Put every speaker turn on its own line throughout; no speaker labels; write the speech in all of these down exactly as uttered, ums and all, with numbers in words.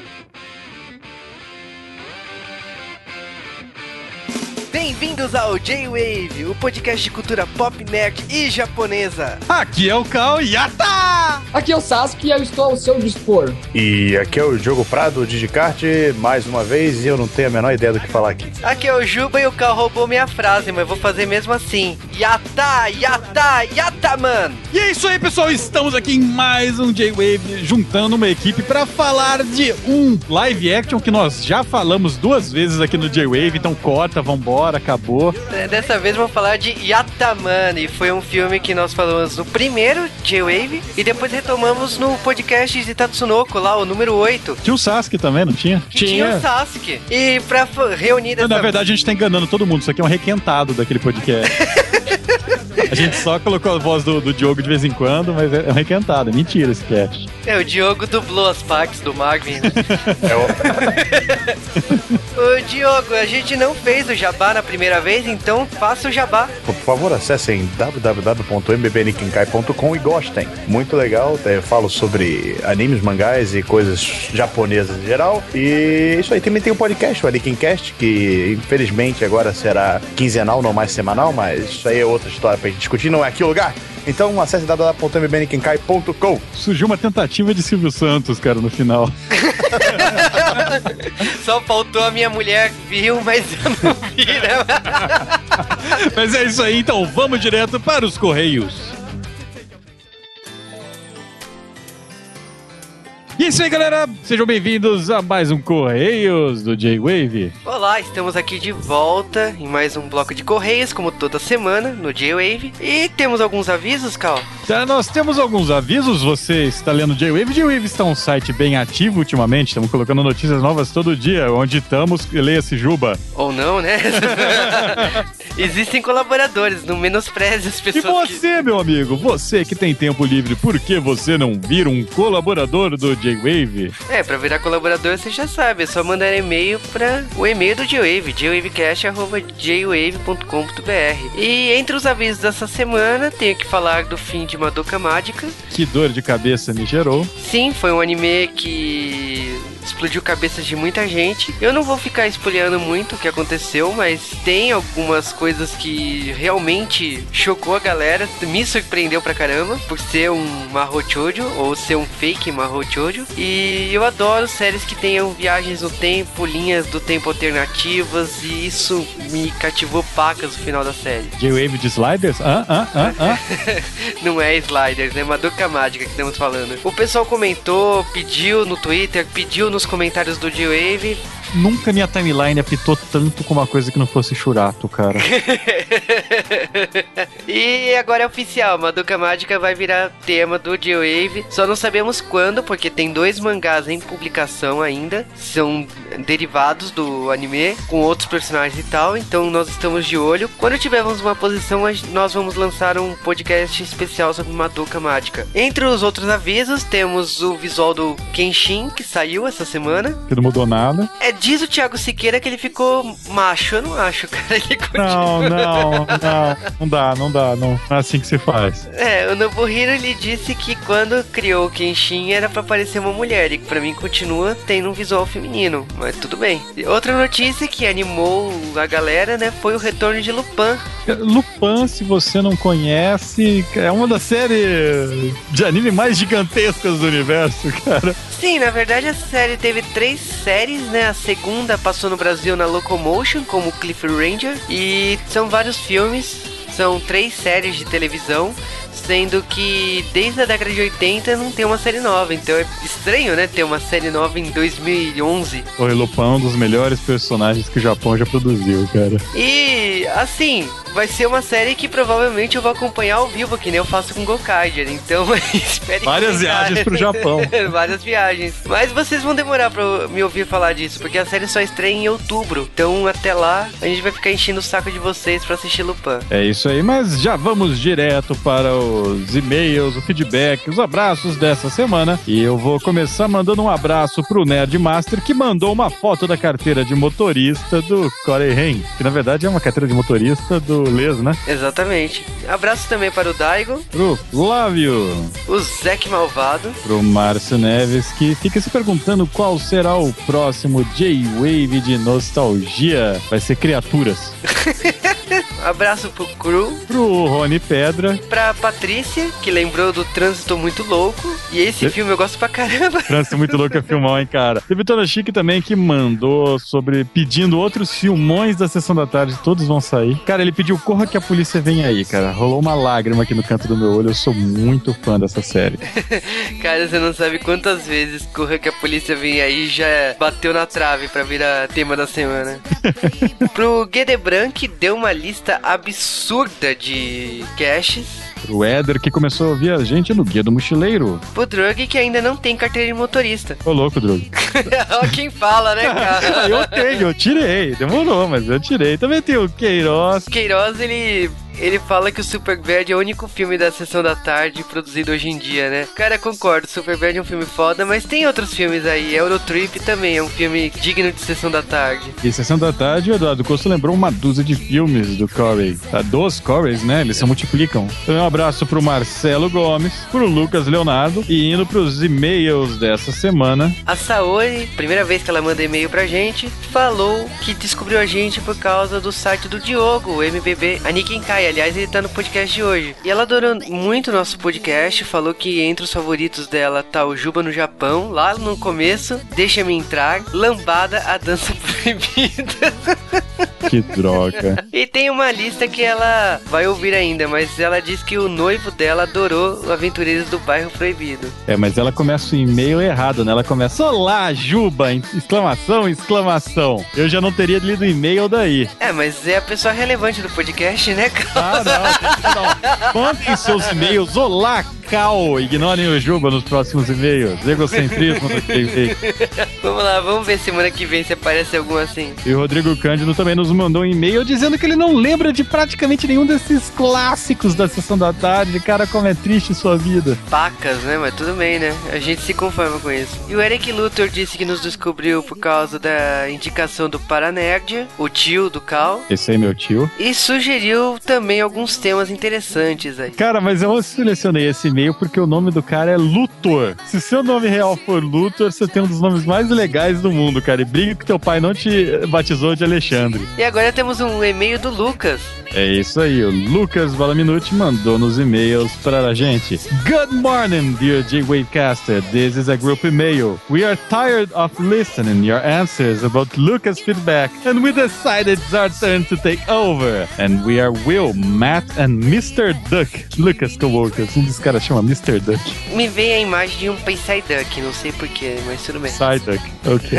Bem-vindos ao J-Wave, o podcast de cultura pop, nerd e japonesa.
Aqui é o Kao Yata!
Aqui é o Sasuke e eu estou ao seu dispor.
E aqui é o Diogo Prado, Digicart, mais uma vez, e eu não tenho a menor ideia do que falar aqui.
Aqui é o Juba e o Kao roubou minha frase, mas eu vou fazer mesmo assim. Yata, Yata, Yata, man!
E é isso aí, pessoal, estamos aqui em mais um J-Wave, juntando uma equipe para falar de um live action que nós já falamos duas vezes aqui no J-Wave, então corta, vambora, acabou.
Dessa vez vamos falar de Yataman, e foi um filme que nós falamos no primeiro J-Wave e depois retomamos no podcast de Tatsunoko, lá, o número oito.
Tinha o Sasuke também, não tinha?
Tinha, tinha o Sasuke. E pra reunir dessa...
Na verdade, a gente tá enganando todo mundo, isso aqui é um requentado daquele podcast. A gente só colocou a voz do, do Diogo de vez em quando, mas é um requentado, é mentira esse cast.
É, o Diogo dublou as partes do Marvin, né?
É
o... Ô, Diogo, a gente não fez o jabá na primeira vez, então faça o jabá.
Por favor, acessem w w w ponto m b b nikenkai ponto com e gostem. Muito legal, eu falo sobre animes, mangás e coisas japonesas em geral. E isso aí, também tem um podcast, o Anikincast, que infelizmente agora será quinzenal, não mais semanal, mas isso aí é outra história pra gente discutir, não é aqui o lugar. Então acesse w w w ponto m b b nikenkai ponto com.
Surgiu uma tentativa de Silvio Santos, cara, no final.
Só faltou a minha mulher viu, mas eu não vi, né?
Mas é isso aí, então vamos direto para os Correios. E é isso aí, galera, sejam bem-vindos a mais um Correios do J-Wave.
Olá, estamos aqui de volta em mais um bloco de Correios, como toda semana, no J-Wave. E temos alguns avisos, Cal?
Tá, nós temos alguns avisos, você está lendo J-Wave. J-Wave está um site bem ativo ultimamente, estamos colocando notícias novas todo dia, onde estamos, leia-se Juba.
Ou não, né? Existem colaboradores, não menospreze as pessoas.
E você, que... meu amigo, você que tem tempo livre, por que você não vira um colaborador do J-Wave?
É, pra virar colaborador você já sabe, é só mandar e-mail pra o e-mail do J-Wave, j wave cast arroba j wave ponto com ponto b r. E entre os avisos dessa semana, tenho que falar do fim de Madoka Mágica.
Que dor de cabeça me gerou.
Sim, foi um anime que explodiu cabeças de muita gente. Eu não vou ficar spoileando muito o que aconteceu, mas tem algumas coisas que realmente chocou a galera, me surpreendeu pra caramba, por ser um Mahou Shoujo, ou ser um fake Mahou Shoujo. E eu adoro séries que tenham viagens no tempo, linhas do tempo alternativas, e isso me cativou pacas no final da série.
J-Wave de Sliders? Ah, ah, ah, ah.
Não é Sliders, é Madoka Mágica que estamos falando. O pessoal comentou, pediu no Twitter, pediu nos comentários do J-Wave.
Nunca minha timeline apitou tanto com uma coisa que não fosse Churato, cara.
E agora é oficial, Madoka Mágica vai virar tema do J-Wave. Só não sabemos quando, porque tem dois mangás em publicação ainda. São derivados do anime, com outros personagens e tal. Então nós estamos de olho. Quando tivermos uma posição, nós vamos lançar um podcast especial sobre Madoka Mágica. Entre os outros avisos, temos o visual do Kenshin, que saiu essa semana.
Que não mudou nada.
É, diz o Thiago Siqueira que ele ficou macho. Eu não acho, cara. Ele continua...
Não, não, não. Não dá, não dá. Não é assim que se faz.
É, o Nobuhiro, ele disse que quando criou o Kenshin era pra parecer uma mulher. E pra mim continua tendo um visual feminino. Mas tudo bem. Outra notícia que animou a galera, né, foi o retorno de Lupin.
Lupin, se você não conhece, é uma das séries de anime mais gigantescas do universo, cara.
Sim, na verdade a série teve três séries, né? A segunda passou no Brasil na Locomotion, como Cliff Ranger. E são vários filmes, são três séries de televisão, sendo que desde a década de oitenta não tem uma série nova. Então é estranho, né, ter uma série nova em dois mil e onze.
O Lupin é um dos melhores personagens que o Japão já produziu, cara.
E, assim, vai ser uma série que provavelmente eu vou acompanhar ao vivo, que nem eu faço com Gokaiger. Então, espere.
Várias viagens pro Japão.
Várias viagens. Mas vocês vão demorar pra me ouvir falar disso, porque a série só estreia em outubro. Então, até lá, a gente vai ficar enchendo o saco de vocês pra assistir Lupin.
É isso aí, mas já vamos direto para os e-mails, o feedback, os abraços dessa semana. E eu vou começar mandando um abraço pro Nerd Master, que mandou uma foto da carteira de motorista do Corey Ren, que na verdade é uma carteira de motorista do leso, né?
Exatamente. Abraço também para o Daigo.
Pro Flávio.
O Zeke Malvado.
Pro Márcio Neves, que fica se perguntando qual será o próximo J-Wave de nostalgia. Vai ser Criaturas.
Abraço pro Cru.
Pro Rony Pedra.
Pra Patrícia, que lembrou do Trânsito Muito Louco. E esse e... filme eu gosto pra caramba.
Trânsito Muito Louco é filmão, hein, cara. Teve Vitória Chique também, que mandou sobre pedindo outros filmões da Sessão da Tarde. Todos vão sair. Cara, ele pediu Corra que a Polícia Vem Aí, cara. Rolou uma lágrima aqui no canto do meu olho. Eu sou muito fã dessa série.
Cara, você não sabe quantas vezes Corra que a Polícia Vem Aí já bateu na trave pra virar tema da semana. Pro Guedebran, que deu uma lista absurda de caches.
Pro Éder, que começou a ouvir a gente no Guia do Mochileiro.
Pro Drug, que ainda não tem carteira de motorista.
Ô, louco, Drug.
Olha quem fala, né, cara?
Eu tenho, eu tirei. Demorou, mas eu tirei. Também tem o Queiroz.
Queiroz, ele... Ele fala que o Superbad é o único filme da Sessão da Tarde produzido hoje em dia, né? Cara, concordo, Superbad é um filme foda, mas tem outros filmes aí. Eurotrip também é um filme digno de Sessão da Tarde.
E Sessão da Tarde, o Eduardo Costa lembrou uma dúzia de filmes do Corey. Tá? Dos Coreys, né? Eles se multiplicam. Então, um abraço pro Marcelo Gomes, pro Lucas Leonardo e indo pros e-mails dessa semana.
A Saori, primeira vez que ela manda e-mail pra gente, falou que descobriu a gente por causa do site do Diogo, o M B B, a Nikin Kai. Aliás, ele tá no podcast de hoje. E ela adorou muito o nosso podcast, falou que entre os favoritos dela tá o Juba no Japão, lá no começo, Deixa-me Entrar, Lambada, a Dança Proibida.
Que droga.
E tem uma lista que ela vai ouvir ainda, mas ela diz que o noivo dela adorou o Aventureiros do Bairro Proibido.
É, mas ela começa o e-mail errado, né? Ela começa, olá, Juba, exclamação, exclamação. Eu já não teria lido o e-mail daí.
É, mas é a pessoa relevante do podcast, né, cara?
Ah, não, não. Mandem seus e-mails. Olá, Cal. Ignorem o Juba nos próximos e-mails. Egocentrismo do e-mail.
Vamos lá, vamos ver semana que vem se aparece algum assim.
E o Rodrigo Cândido também nos mandou um e-mail dizendo que ele não lembra de praticamente nenhum desses clássicos da Sessão da Tarde. Cara, como é triste sua vida.
Pacas, né? Mas tudo bem, né? A gente se conforma com isso. E o Eric Luthor disse que nos descobriu por causa da indicação do Paranerdia, o tio do Cal.
Esse aí é meu tio.
E sugeriu também alguns temas interessantes aí.
Cara, mas eu selecionei esse e-mail porque o nome do cara é Luthor. Se seu nome real for Luthor, você tem um dos nomes mais legais do mundo, cara. E briga que teu pai não te batizou de Alexandre.
E agora temos um e-mail do Lucas.
É isso aí, o Lucas Valaminuti mandou nos e-mails para a gente. Good morning, dear J-Wavecaster. This is a group email. We are tired of listening your answers about Lucas feedback, and we decided it's our turn to take over. And we are Will, Matt, and mister Duck. Lucas coworkers. Um dos caras chama mister Duck.
Me veio a imagem de um Psyduck, não sei porquê, mas tudo bem.
Psyduck, ok.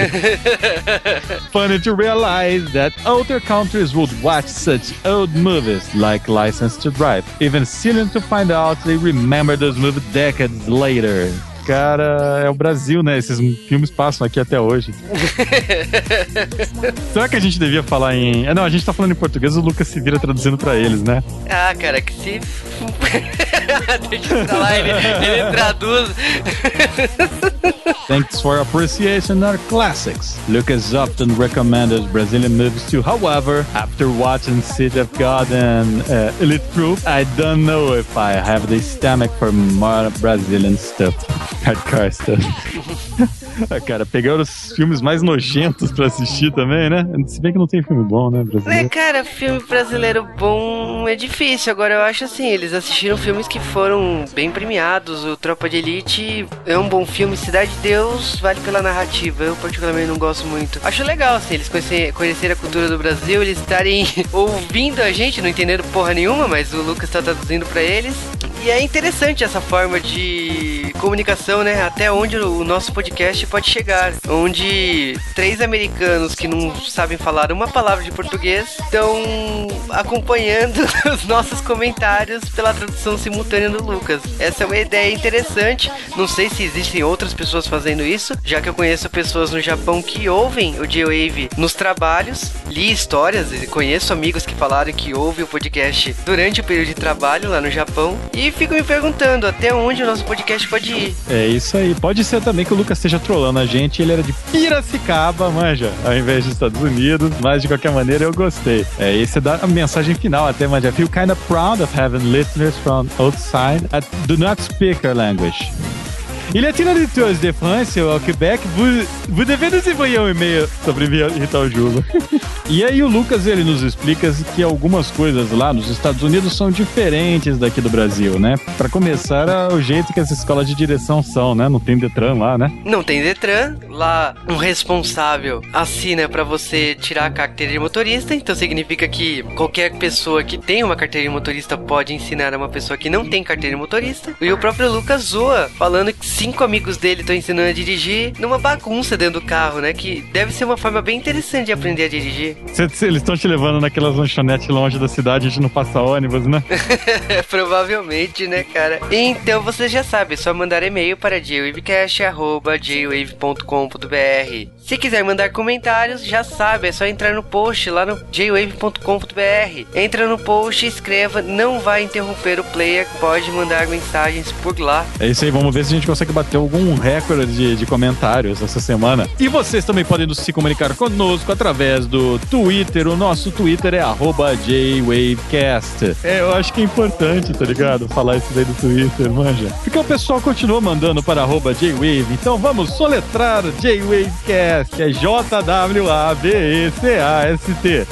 Funny to realize that other countries would watch such old movies like License to Drive. Even silly to find out they remember those movies decades later. Cara, é o Brasil, né? Esses filmes passam aqui até hoje. Será que a gente devia falar em... Não, a gente tá falando em português, o Lucas se vira traduzindo pra eles, né?
Ah, cara, que se... Deixa eu falar, ele, ele traduz.
Thanks for appreciation our classics. Lucas often recommended Brazilian movies too. However, after watching City of God and uh, Elite Proof, I don't know if I have the stomach for more Brazilian stuff. Hardcore stuff. Cara, pegaram os filmes mais nojentos pra assistir também, né? Se bem que não tem filme bom, né, brasileiro?
É, cara, filme brasileiro bom é difícil. Agora, eu acho assim, eles assistiram filmes que foram bem premiados. O Tropa de Elite é um bom filme. Cidade de Deus vale pela narrativa. Eu, particularmente, não gosto muito. Acho legal, assim, eles conhecerem, conhecerem a cultura do Brasil, eles estarem ouvindo a gente, não entendendo porra nenhuma, mas o Lucas tá traduzindo pra eles. E é interessante essa forma de comunicação, né? Até onde o nosso podcast pode chegar. Onde três americanos que não sabem falar uma palavra de português estão acompanhando os nossos comentários pela tradução simultânea do Lucas. Essa é uma ideia interessante. Não sei se existem outras pessoas fazendo isso, já que eu conheço pessoas no Japão que ouvem o J-Wave nos trabalhos. Li histórias e conheço amigos que falaram que ouvem o podcast durante o período de trabalho lá no Japão. E fico me perguntando até onde o nosso podcast pode pode ir.
É isso aí. Pode ser também que o Lucas esteja trollando a gente. Ele era de Piracicaba, manja, ao invés dos Estados Unidos. Mas, de qualquer maneira, eu gostei. É, esse dá a mensagem final até, manja. I feel kind of proud of having listeners from outside that do not speak our language. Il est inauditeur de France ao Québec. Vous, vous devez nous envoyer um e-mail sobre Vital Juba. E aí o Lucas, ele nos explica que algumas coisas lá nos Estados Unidos são diferentes daqui do Brasil, né? Pra começar, é o jeito que as escolas de direção são, né? Não tem Detran lá, né?
Não tem Detran. Lá, um responsável assina pra você tirar a carteira de motorista. Então significa que qualquer pessoa que tem uma carteira de motorista pode ensinar a uma pessoa que não tem carteira de motorista. E o próprio Lucas zoa, falando que cinco amigos dele estão ensinando a dirigir numa bagunça dentro do carro, né? Que deve ser uma forma bem interessante de aprender a dirigir.
Cê, cê, eles estão te levando naquelas lanchonetes longe da cidade, a gente não passa ônibus, né?
Provavelmente, né, cara? Então você já sabe, é só mandar e-mail para j wavecast arroba j wave ponto com ponto b r. Se quiser mandar comentários, já sabe, é só entrar no post lá no j wave ponto com ponto b r. Entra no post, escreva, não vai interromper o player, pode mandar mensagens por lá.
É isso aí, vamos ver se a gente consegue bater algum recorde de, de comentários essa semana. E vocês também podem se comunicar conosco através do Twitter. O nosso Twitter é arroba j wavecast. É, eu acho que é importante, tá ligado? Falar isso daí do Twitter, manja. Porque o pessoal continua mandando para arroba jwave. Então vamos soletrar jwavecast. É J W A V E C A S T.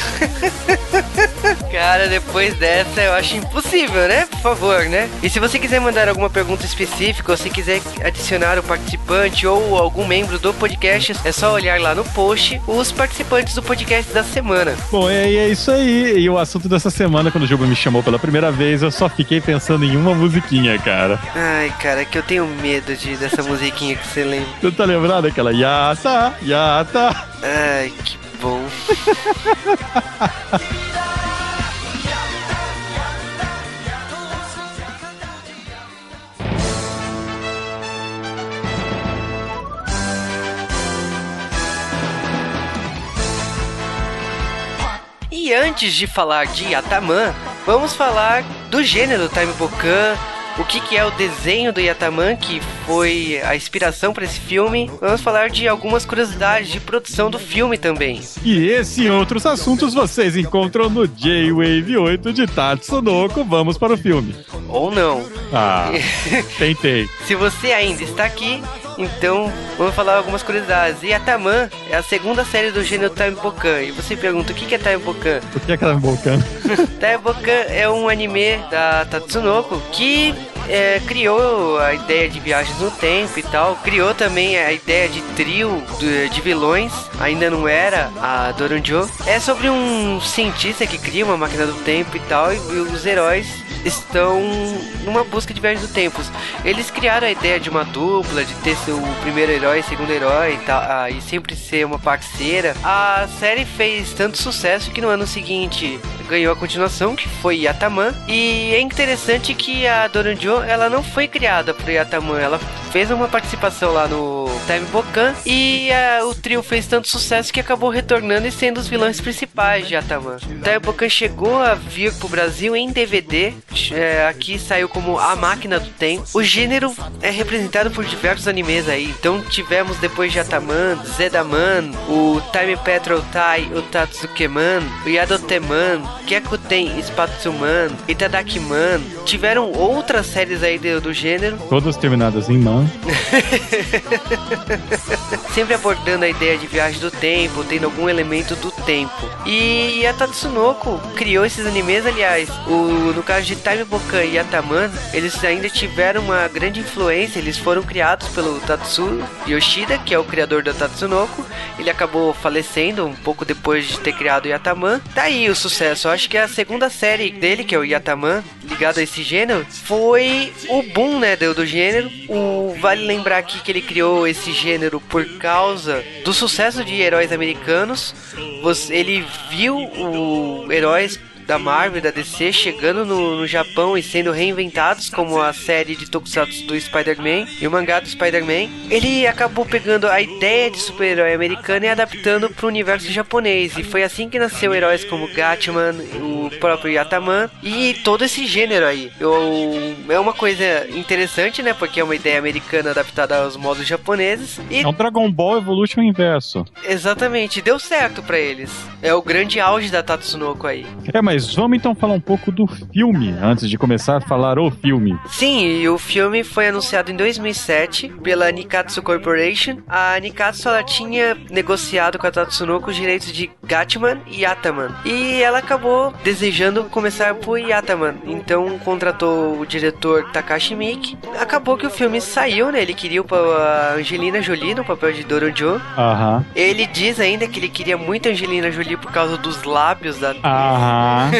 Cara, depois dessa eu acho impossível, né? Por favor, né? E se você quiser mandar alguma pergunta específica, ou se quiser adicionar o participante ou algum membro do podcast, é só olhar lá no post os participantes do podcast da semana.
Bom, é, é isso aí. E o assunto dessa semana, quando o Juba me chamou pela primeira vez, eu só fiquei pensando em uma musiquinha, cara.
Ai, cara, que eu tenho medo de, dessa musiquinha que você lembra.
Você tá lembrado daquela Yata, Yata?
Ai, que bom. E antes de falar de Yataman, vamos falar do gênero Taibokan, o que, que é o desenho do Yataman, que foi a inspiração para esse filme. Vamos falar de algumas curiosidades de produção do filme também.
E esse e outros assuntos vocês encontram no J Wave oito de Tatsunoko. Vamos para o filme.
Ou não.
Ah, tentei.
Se você ainda está aqui, então vamos falar algumas curiosidades. Yataman é a segunda série do gênero Taibokan. E você pergunta, o que é Taibokan?
O que é Taibokan?
Taibokan é um anime da Tatsunoko que é, criou a ideia de viagens no tempo e tal. Criou também a ideia de trio de, de vilões. Ainda não era a Doronjo. É sobre um cientista que cria uma máquina do tempo e tal. E os heróis estão numa busca de viagens do tempo. Eles criaram a ideia de uma dupla, de ter o primeiro herói e segundo herói e, tal, e sempre ser uma parceira. A série fez tanto sucesso que no ano seguinte ganhou a continuação, que foi Yataman. E é interessante que a Doronjo, ela não foi criada por Yataman, ela fez uma participação lá no Taibokan e a, o trio fez tanto sucesso que acabou retornando e sendo os vilões principais de Yataman. Taibokan chegou a vir pro Brasil em D V D. É, aqui saiu como A Máquina do Tempo. O gênero é representado por diversos animes aí. Então tivemos depois de Yataman, Zedaman, o Time Patrol Tai, o Tatsukeman, o Yadoteman, Gekuten Spatsuman, Itadakiman. Tiveram outras séries aí do, do gênero.
Todas terminadas em man.
Sempre abordando a ideia de viagem do tempo, tendo algum elemento do tempo. E a Tatsunoko criou esses animes, aliás. O, no caso de Taibokan e Yataman, eles ainda tiveram uma grande influência. Eles foram criados pelo Tatsu Yoshida, que é o criador da Tatsunoko. Ele acabou falecendo um pouco depois de ter criado o Yataman. Tá aí o sucesso. Eu acho que a segunda série dele, que é o Yataman, ligado a esse gênero, foi o boom, né, do, do gênero. O, vale lembrar aqui que ele criou esse gênero por causa do sucesso de heróis americanos. Você, ele viu o heróis da Marvel e da D C chegando no, no Japão e sendo reinventados, como a série de tokusatsu do Spider-Man e o mangá do Spider-Man. Ele acabou pegando a ideia de super-herói americano e adaptando para o universo japonês, e foi assim que nasceu heróis como Gatman, o próprio Yataman e todo esse gênero aí. Eu, é uma coisa interessante, né, porque é uma ideia americana adaptada aos modos japoneses. E
é um Dragon Ball Evolution inverso.
Exatamente, deu certo pra eles. É o grande auge da Tatsunoko aí.
É, mas vamos então falar um pouco do filme, antes de começar a falar o filme.
Sim, e o filme foi anunciado em dois mil e sete pela Nikatsu Corporation. A Nikatsu, ela tinha negociado com a Tatsunoko os direitos de Gatman e Yataman, e ela acabou desejando começar por Yataman, então contratou o diretor Takashi Miike. Acabou que o filme saiu, né? Ele queria a Angelina Jolie no papel de Dorojo.
Aham.
Ele diz ainda que ele queria muito a Angelina Jolie por causa dos lábios da atriz.
Aham.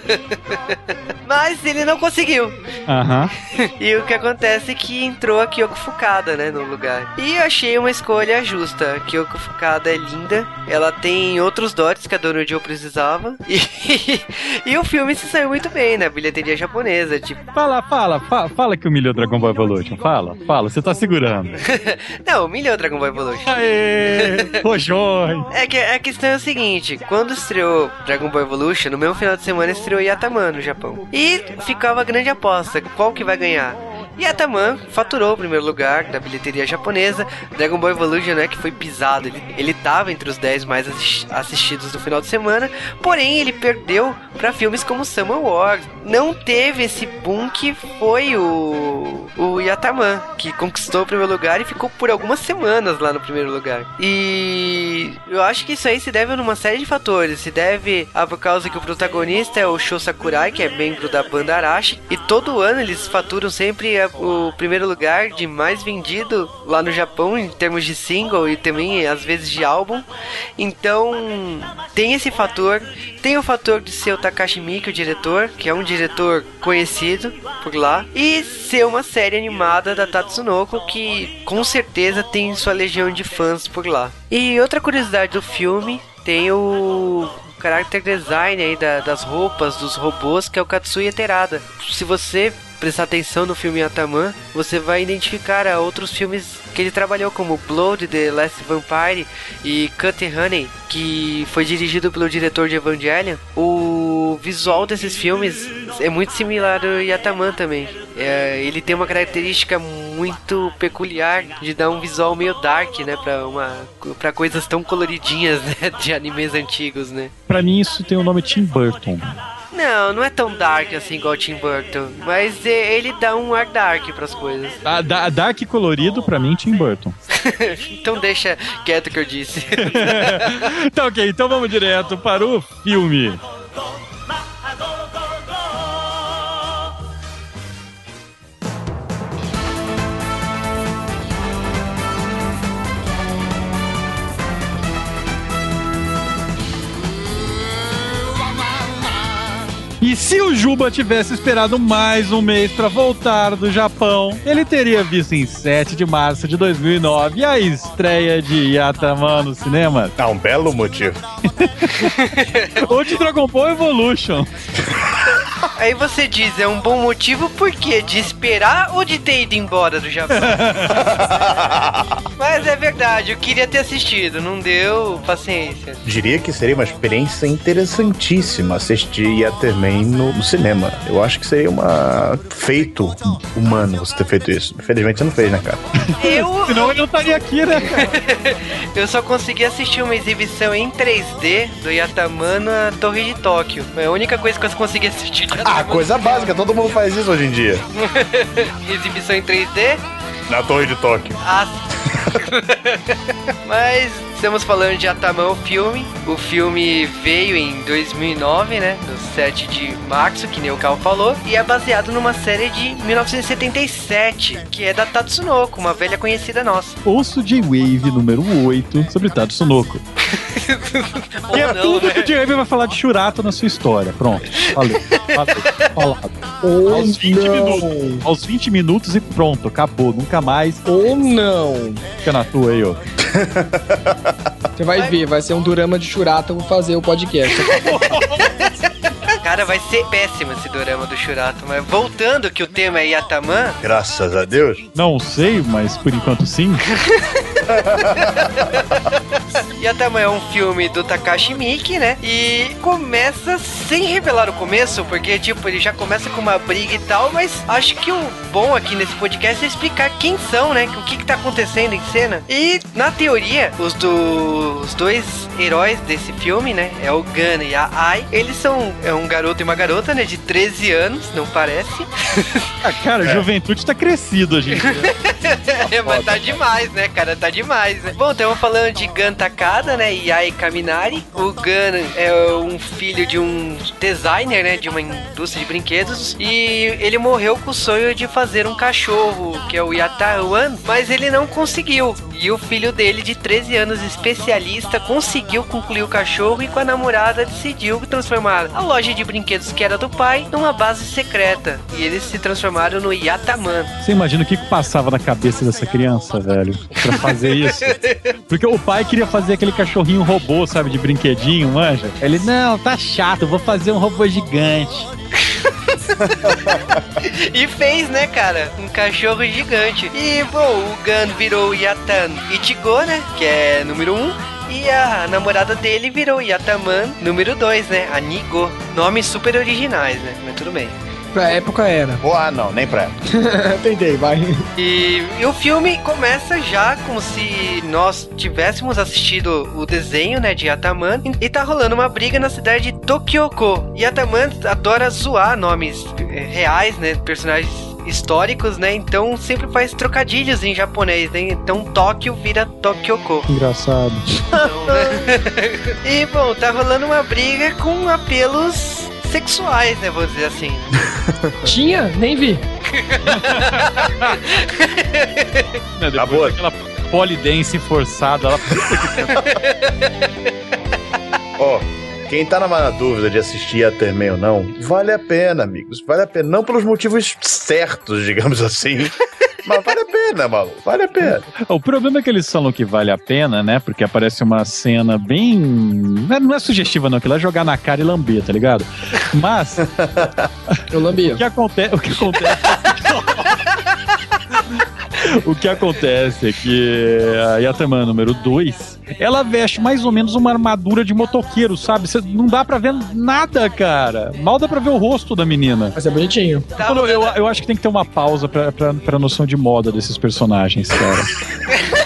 Mas ele não conseguiu.
Aham.
E o que acontece é que entrou a Kyoko Fukada, né, no lugar. E eu achei uma escolha justa. A Kyoko Fukada é linda. Ela tem outros dotes que a Dorojo precisava. E, e o filme se saiu muito bem na bilheteria japonesa. Tipo...
Fala, fala, fala, fala que humilhou Dragon Ball Evolution. Fala, fala, você tá segurando.
Não, humilhou Dragon Ball Evolution.
Aê! Rojões!
É que a questão é o seguinte: quando estreou Dragon Ball Evolution, no mesmo final de semana estreou Yataman no Japão. E ficava a grande aposta: qual que vai ganhar? Yataman faturou o primeiro lugar da bilheteria japonesa. Dragon Ball Evolution, né, que foi pisado. Ele, ele tava entre os dez mais assistidos do final de semana, porém ele perdeu para filmes como Summer Wars. Não teve esse boom que foi o, o Yataman, que conquistou o primeiro lugar e ficou por algumas semanas lá no primeiro lugar. E eu acho que isso aí se deve a uma série de fatores. Se deve a por causa que o protagonista é o Sho Sakurai, que é membro da banda Arashi, e todo ano eles faturam sempre a o primeiro lugar de mais vendido lá no Japão em termos de single e também às vezes de álbum. Então tem esse fator. Tem o fator de ser o Takashi Miike, o diretor, que é um diretor conhecido por lá, e ser uma série animada da Tatsunoko, que com certeza tem sua legião de fãs por lá. E outra curiosidade do filme, tem o character design aí da, das roupas dos robôs, que é o Katsuya Terada. Se você prestar atenção no filme Yataman, você vai identificar a outros filmes que ele trabalhou, como Blood, The Last Vampire e Cut and Honey, que foi dirigido pelo diretor de Evangelion. O visual desses filmes é muito similar ao Yataman também. É, ele tem uma característica muito peculiar de dar um visual meio dark, né, pra, uma, pra coisas tão coloridinhas, né, de animes antigos, né.
Pra mim isso tem o nome Tim Burton.
Não, não é tão dark assim igual Tim Burton, mas ele dá um ar dark pras coisas.
A, da, dark colorido, pra mim, Tim Burton.
Então deixa quieto o que eu disse.
Tá ok, então vamos direto para o filme. E se o Juba tivesse esperado mais um mês pra voltar do Japão, ele teria visto em sete de março de dois mil e nove a estreia de Yataman no cinema.
Ah, um belo motivo.
Ou de Dragon Ball Evolution.
Aí você diz, é um bom motivo por quê? De esperar ou de ter ido embora do Japão? Mas é verdade, eu queria ter assistido, não deu paciência.
Diria que seria uma experiência interessantíssima assistir Yataman no, no cinema. Eu acho que seria uma feito humano você ter feito isso. Infelizmente você não fez, né, cara?
Eu...
Senão ele não estaria aqui, né, cara?
Eu só consegui assistir uma exibição em três D do Yataman na Torre de Tóquio. É a única coisa que eu consegui assistir.
Ah, coisa básica, todo mundo faz isso hoje em dia.
Exibição em três D?
Na Torre de Tóquio.
Ah, mas estamos falando de Yataman, o filme. O filme veio em dois mil e nove, né? No sete de março, que nem o Cal falou. E é baseado numa série de mil novecentos e setenta e sete, que é da Tatsunoko, uma velha conhecida nossa.
Ouço J-Wave número oito sobre Tatsunoko. E é
não,
tudo
né?
que o J-Wave vai falar de Churato na sua história. Pronto, falei. Falei, falado.
Ou
Aos vinte
não.
minutos. Aos vinte minutos e pronto, acabou. Nunca mais.
Ou não.
Fica na tua aí, ó.
Você vai ver, vai ser um durama de Churata, eu vou fazer o podcast.
Cara, vai ser péssimo esse dorama do Shurato, mas voltando que o tema é Yataman...
Graças a Deus.
Não sei, mas por enquanto sim.
Yataman é um filme do Takashi Miike, né? E começa sem revelar o começo, porque, tipo, ele já começa com uma briga e tal, mas acho que o bom aqui nesse podcast é explicar quem são, né? O que que tá acontecendo em cena. E, na teoria, os, do... os dois heróis desse filme, né? É o Gun e a Ai. Eles são é um garoto e uma garota, né? De treze anos, não parece?
Ah, cara, a juventude tá crescido hoje em dia.
É, mas tá demais, né, cara? Tá demais, né? Bom, estamos falando de Gun Takada, né? E Ai Kaminari. O Gun é um filho de um designer, né? De uma indústria de brinquedos. E ele morreu com o sonho de fazer um cachorro, que é o Yatawan, mas ele não conseguiu. E o filho dele, de treze anos, especialista, conseguiu concluir o cachorro e com a namorada decidiu transformar a loja de brinquedos que era do pai numa base secreta. E eles se transformaram no Yataman.
Você imagina o que, que passava na cabeça dessa criança, velho, pra fazer isso? Porque o pai queria fazer aquele cachorrinho robô, sabe, de brinquedinho, manja? Ele, não, tá chato, eu vou fazer um robô gigante.
E fez, né, cara? Um cachorro gigante. E, bom, o Gun virou Yatan Ichigo, né? Que é número um. E a namorada dele virou Yataman número dois, né? A Nigo. Nomes super originais, né? Mas tudo bem.
Pra época era.
Boa, não, nem pra época.
Entendi, vai.
E, e o filme começa já como se nós tivéssemos assistido o desenho, né, de Yataman, e tá rolando uma briga na cidade de Tokyoko. Yataman adora zoar nomes é, reais, né, personagens históricos, né, então sempre faz trocadilhos em japonês, né, então Tóquio vira Tokyoko.
Engraçado.
Então, né? E, bom, tá rolando uma briga com apelos sexuais, né, vou dizer assim.
Tinha? Nem vi.
Não, depois
boa.
daquela polidense forçada lá.
Ó, oh, quem tá na dúvida de assistir Yataman ou não, vale a pena, amigos. Vale a pena. Não pelos motivos certos, digamos assim. Mas vale a pena, maluco. Vale a pena.
O problema é que eles falam que vale a pena, né? Porque aparece uma cena bem... Não é sugestiva, não. Que lá é jogar na cara e lamber, tá ligado? Mas...
Eu lambia.
O que acontece... O que acontece... O que acontece é que a Yataman número dois, ela veste mais ou menos uma armadura de motoqueiro, sabe? Cê, não dá pra ver nada, cara. Mal dá pra ver o rosto da menina.
Mas é bonitinho.
Tá,
Eu, eu, eu acho que tem que ter uma pausa pra, pra, pra noção de moda desses personagens, cara.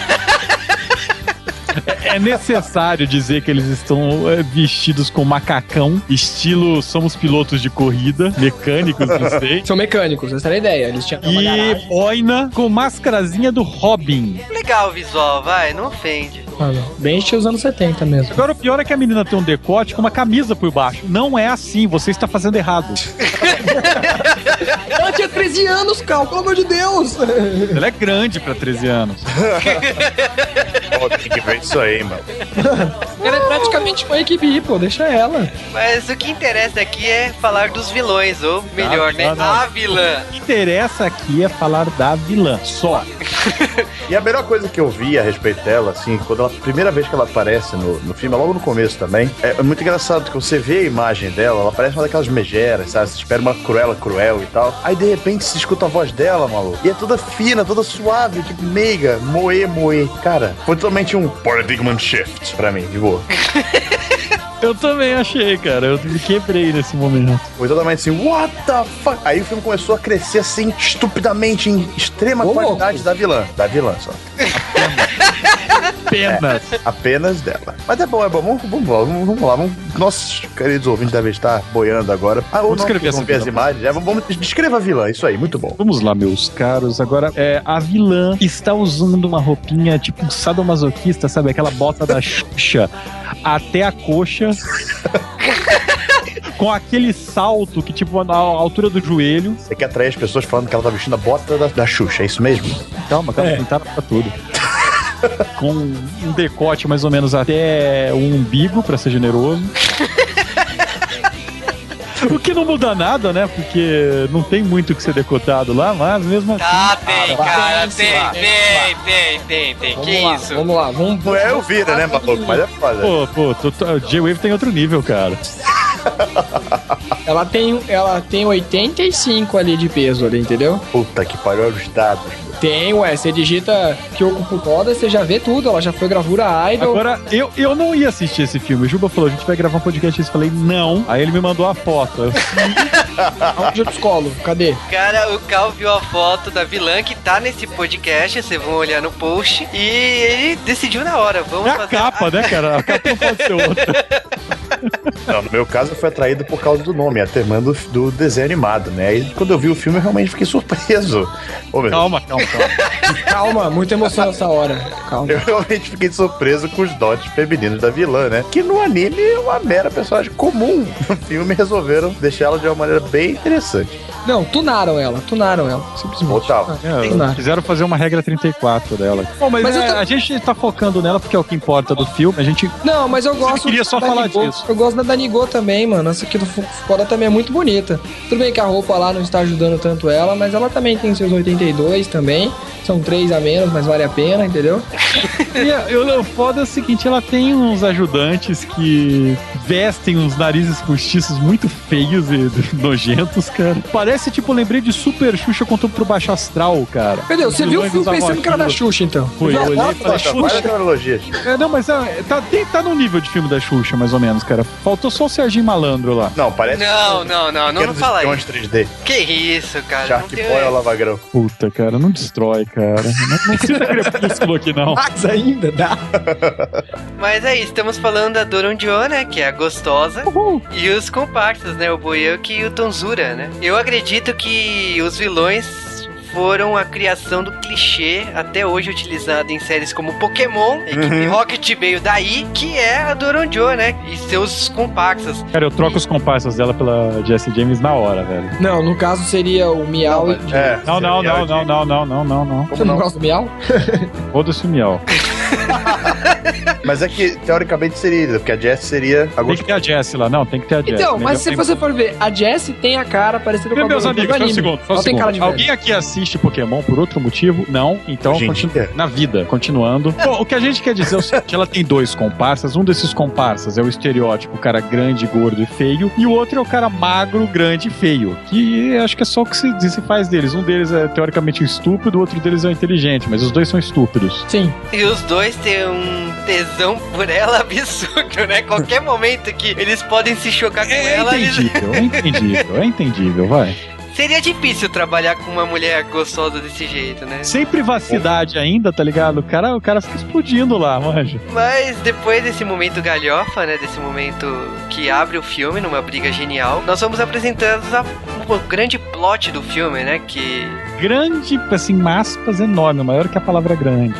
É necessário dizer que eles estão é, vestidos com macacão, estilo somos pilotos de corrida, mecânicos, não sei.
São mecânicos, essa era a ideia. Eles tinham uma
E
garagem.
boina com mascarazinha do Robin.
Legal o visual, vai, não ofende.
Mano, bem estilo dos anos setenta mesmo.
Agora o pior é que a menina tem um decote com uma camisa por baixo. Não é assim, você está fazendo errado.
Ela tinha treze anos, Cal, pelo amor de Deus!
Ela é grande pra treze anos.
Pô, tem que ver isso aí, mano.
Ela é praticamente uma equipe, pô, deixa ela.
Mas o que interessa aqui é falar dos vilões, ou melhor,
Não,
né?
não, não.
A vilã.
O que interessa aqui é falar da vilã, só.
E a melhor coisa que eu vi a respeito dela, assim, quando ela, a primeira vez que ela aparece no, no filme, é logo no começo também, é, é muito engraçado que você vê a imagem dela, ela parece uma daquelas megeras, sabe? Você espera uma Cruella cruel e tal. Aí de repente se escuta a voz dela, maluco. E é toda fina, toda suave, tipo meiga, moe, moe. Cara, foi totalmente um paradigm shift pra mim, de boa.
Eu também achei, cara. Eu me quebrei nesse momento.
Foi totalmente assim, what the fuck? Aí o filme começou a crescer assim, estupidamente, em extrema
Ô,
qualidade
louco.
da vilã. Da vilã só.
Apenas.
Apenas dela. Mas é bom, é bom. Vamos, vamos, vamos, vamos lá. Vamos, nossos queridos ouvintes devem estar boiando agora. Ah, ou
Vamos
não,
descrever
vamos
essa
ver as
vilã.
imagens. É, vamos, vamos, descreva a vilã, isso aí, muito bom.
Vamos lá, meus caros. Agora, é, a vilã está usando uma roupinha tipo sadomasoquista, sabe? Aquela bota da Xuxa até a coxa. Com aquele salto que, tipo, na altura do joelho.
Você quer atrair as pessoas falando que ela tá vestindo a bota da, da Xuxa, é isso mesmo?
Calma, calma,
É.
pintada pra tudo. Com um decote mais ou menos até o umbigo, pra ser generoso. O que não muda nada, né? Porque não tem muito o que ser decotado lá, mas mesmo assim...
Tá, tem,
vai.
cara,
Tem,
tem,
vai.
tem, tem, tem, tem.
Vamos
Que
lá,
isso?
vamos lá, vamos...
Não é eu vira, né, maluco? Mas é foda.
Pô, pô, tô- tô- J-Wave tem outro nível, cara.
Ela tem, ela tem oitenta e cinco ali de peso ali, entendeu?
Puta que pariu, olha os dados.
Tem, ué, você digita Kyoko Fukuda, você já vê tudo, ela já foi gravura idol.
Agora, eu, eu não ia assistir esse filme. O Juba falou, a gente vai gravar um podcast. Eu falei, não. Aí ele me mandou a foto. Eu,
Onde eu descolo? Cadê?
Cara, o Cal viu a foto da vilã que tá nesse podcast, vocês vão olhar no post, e ele decidiu na hora, vamos
é a
fazer...
capa, né, cara? A capa não pode ser outra.
Não, no meu caso eu fui atraído por causa do nome, a tema do, do desenho animado, né? Aí quando eu vi o filme eu realmente fiquei surpreso. Ô, meu
Calma, calma, calma.
Calma, muita emoção nessa hora. Calma.
Eu realmente fiquei surpreso com os dotes femininos da vilã, né? Que no anime é uma mera personagem comum. No filme resolveram deixar ela de uma maneira bem interessante.
Não, tunaram ela, tunaram ela, simplesmente.
Total.
É,
Tunaram.
fizeram fazer uma regra trinta e quatro dela. Bom, mas,
Mas
é,
eu tô-
a gente tá focando nela porque é o que importa do filme. A gente
Não, mas eu gosto
queria só
da
falar
Nigo.
disso.
Eu gosto da Danigo também, mano. Essa aqui do Fukuda também é muito bonita. Tudo bem que a roupa lá não está ajudando tanto ela, mas ela também tem seus oitenta e dois também. São três a menos, mas vale a pena, entendeu?
E a- eu, o foda é o seguinte, ela tem uns ajudantes que vestem uns narizes postiços muito feios e nojentos, cara. Parece, tipo, eu lembrei de Super Xuxa contou pro Baixo Astral, cara.
Cadê? Você
Os
viu o
vilões
filme
usavam
pensando que era da
aquilo.
Xuxa, então?
Foi, eu olhei e falei,
Nossa, várias
Xuxa.
cronologias.
É, não, mas é, tá, tem, tá no nível de filme da Xuxa, mais ou menos, cara. Faltou só o Serginho Malandro lá.
Não, parece.
Não, não, não, não, não fala
Pequenos
isso.
três D.
Que isso, cara.
Shark
não tem-
Boy ou Lavagrão.
Puta, cara, não destrói, cara. Não, não cita Crepúsculo aqui, não.
Mas ainda dá.
Mas é isso, estamos falando da Doronjo, né, que é a gostosa,
Uhul.
e os compactos, né, o Boyuki e o Tonzura, né. Eu acredito que os vilões foram a criação do clichê até hoje utilizado em séries como Pokémon, a equipe Rocket veio daí, que é a Doronjo, né, e seus compactos.
Cara, eu troco os comparsas dela pela Jessie James na hora, velho.
Não, no caso seria o Miau e...
É,
Não, não,
seria
não,
de-
não, não, não, não, não, não.
Você
Como
não
não?
gosta do Miau?
Foda-se o Miau.
Mas é que, teoricamente, seria, porque a Jess seria a
Tem
gostosa.
que ter a Jessie lá. Não, tem que ter a Jessie.
Então, mas
Melhor
se
tem-
você for ver, a Jessie tem a cara parecida com a
Meu, meus
do- do
amigos, só um
anime.
segundo, só um
Ela tem cara
segundo.
de
Alguém
velho.
aqui assiste Pokémon por outro motivo? Não, então
Hoje em
continua
dia.
na vida, continuando. Bom, o que a gente quer dizer é o seguinte, ela tem dois comparsas, um desses comparsas é o estereótipo, o cara grande, gordo e feio, e o outro é o cara magro, grande e feio, que acho que é só o que se, se faz deles. Um deles é teoricamente o estúpido, o outro deles é o inteligente, mas os dois são estúpidos.
Sim.
E os dois têm um tesão por ela absurdo, né? Qualquer momento que eles podem se chocar com
É
ela, eles...
entendível, é entendível, é entendível, vai.
Seria difícil trabalhar com uma mulher gostosa desse jeito, né?
Sem privacidade ainda, tá ligado? O cara, o cara fica explodindo lá, manja.
Mas depois desse momento galhofa, né? Desse momento que abre o filme numa briga genial, nós somos apresentados a o grande plot do filme, né? Que
Grande, assim, aspas, enorme, maior que a palavra grande.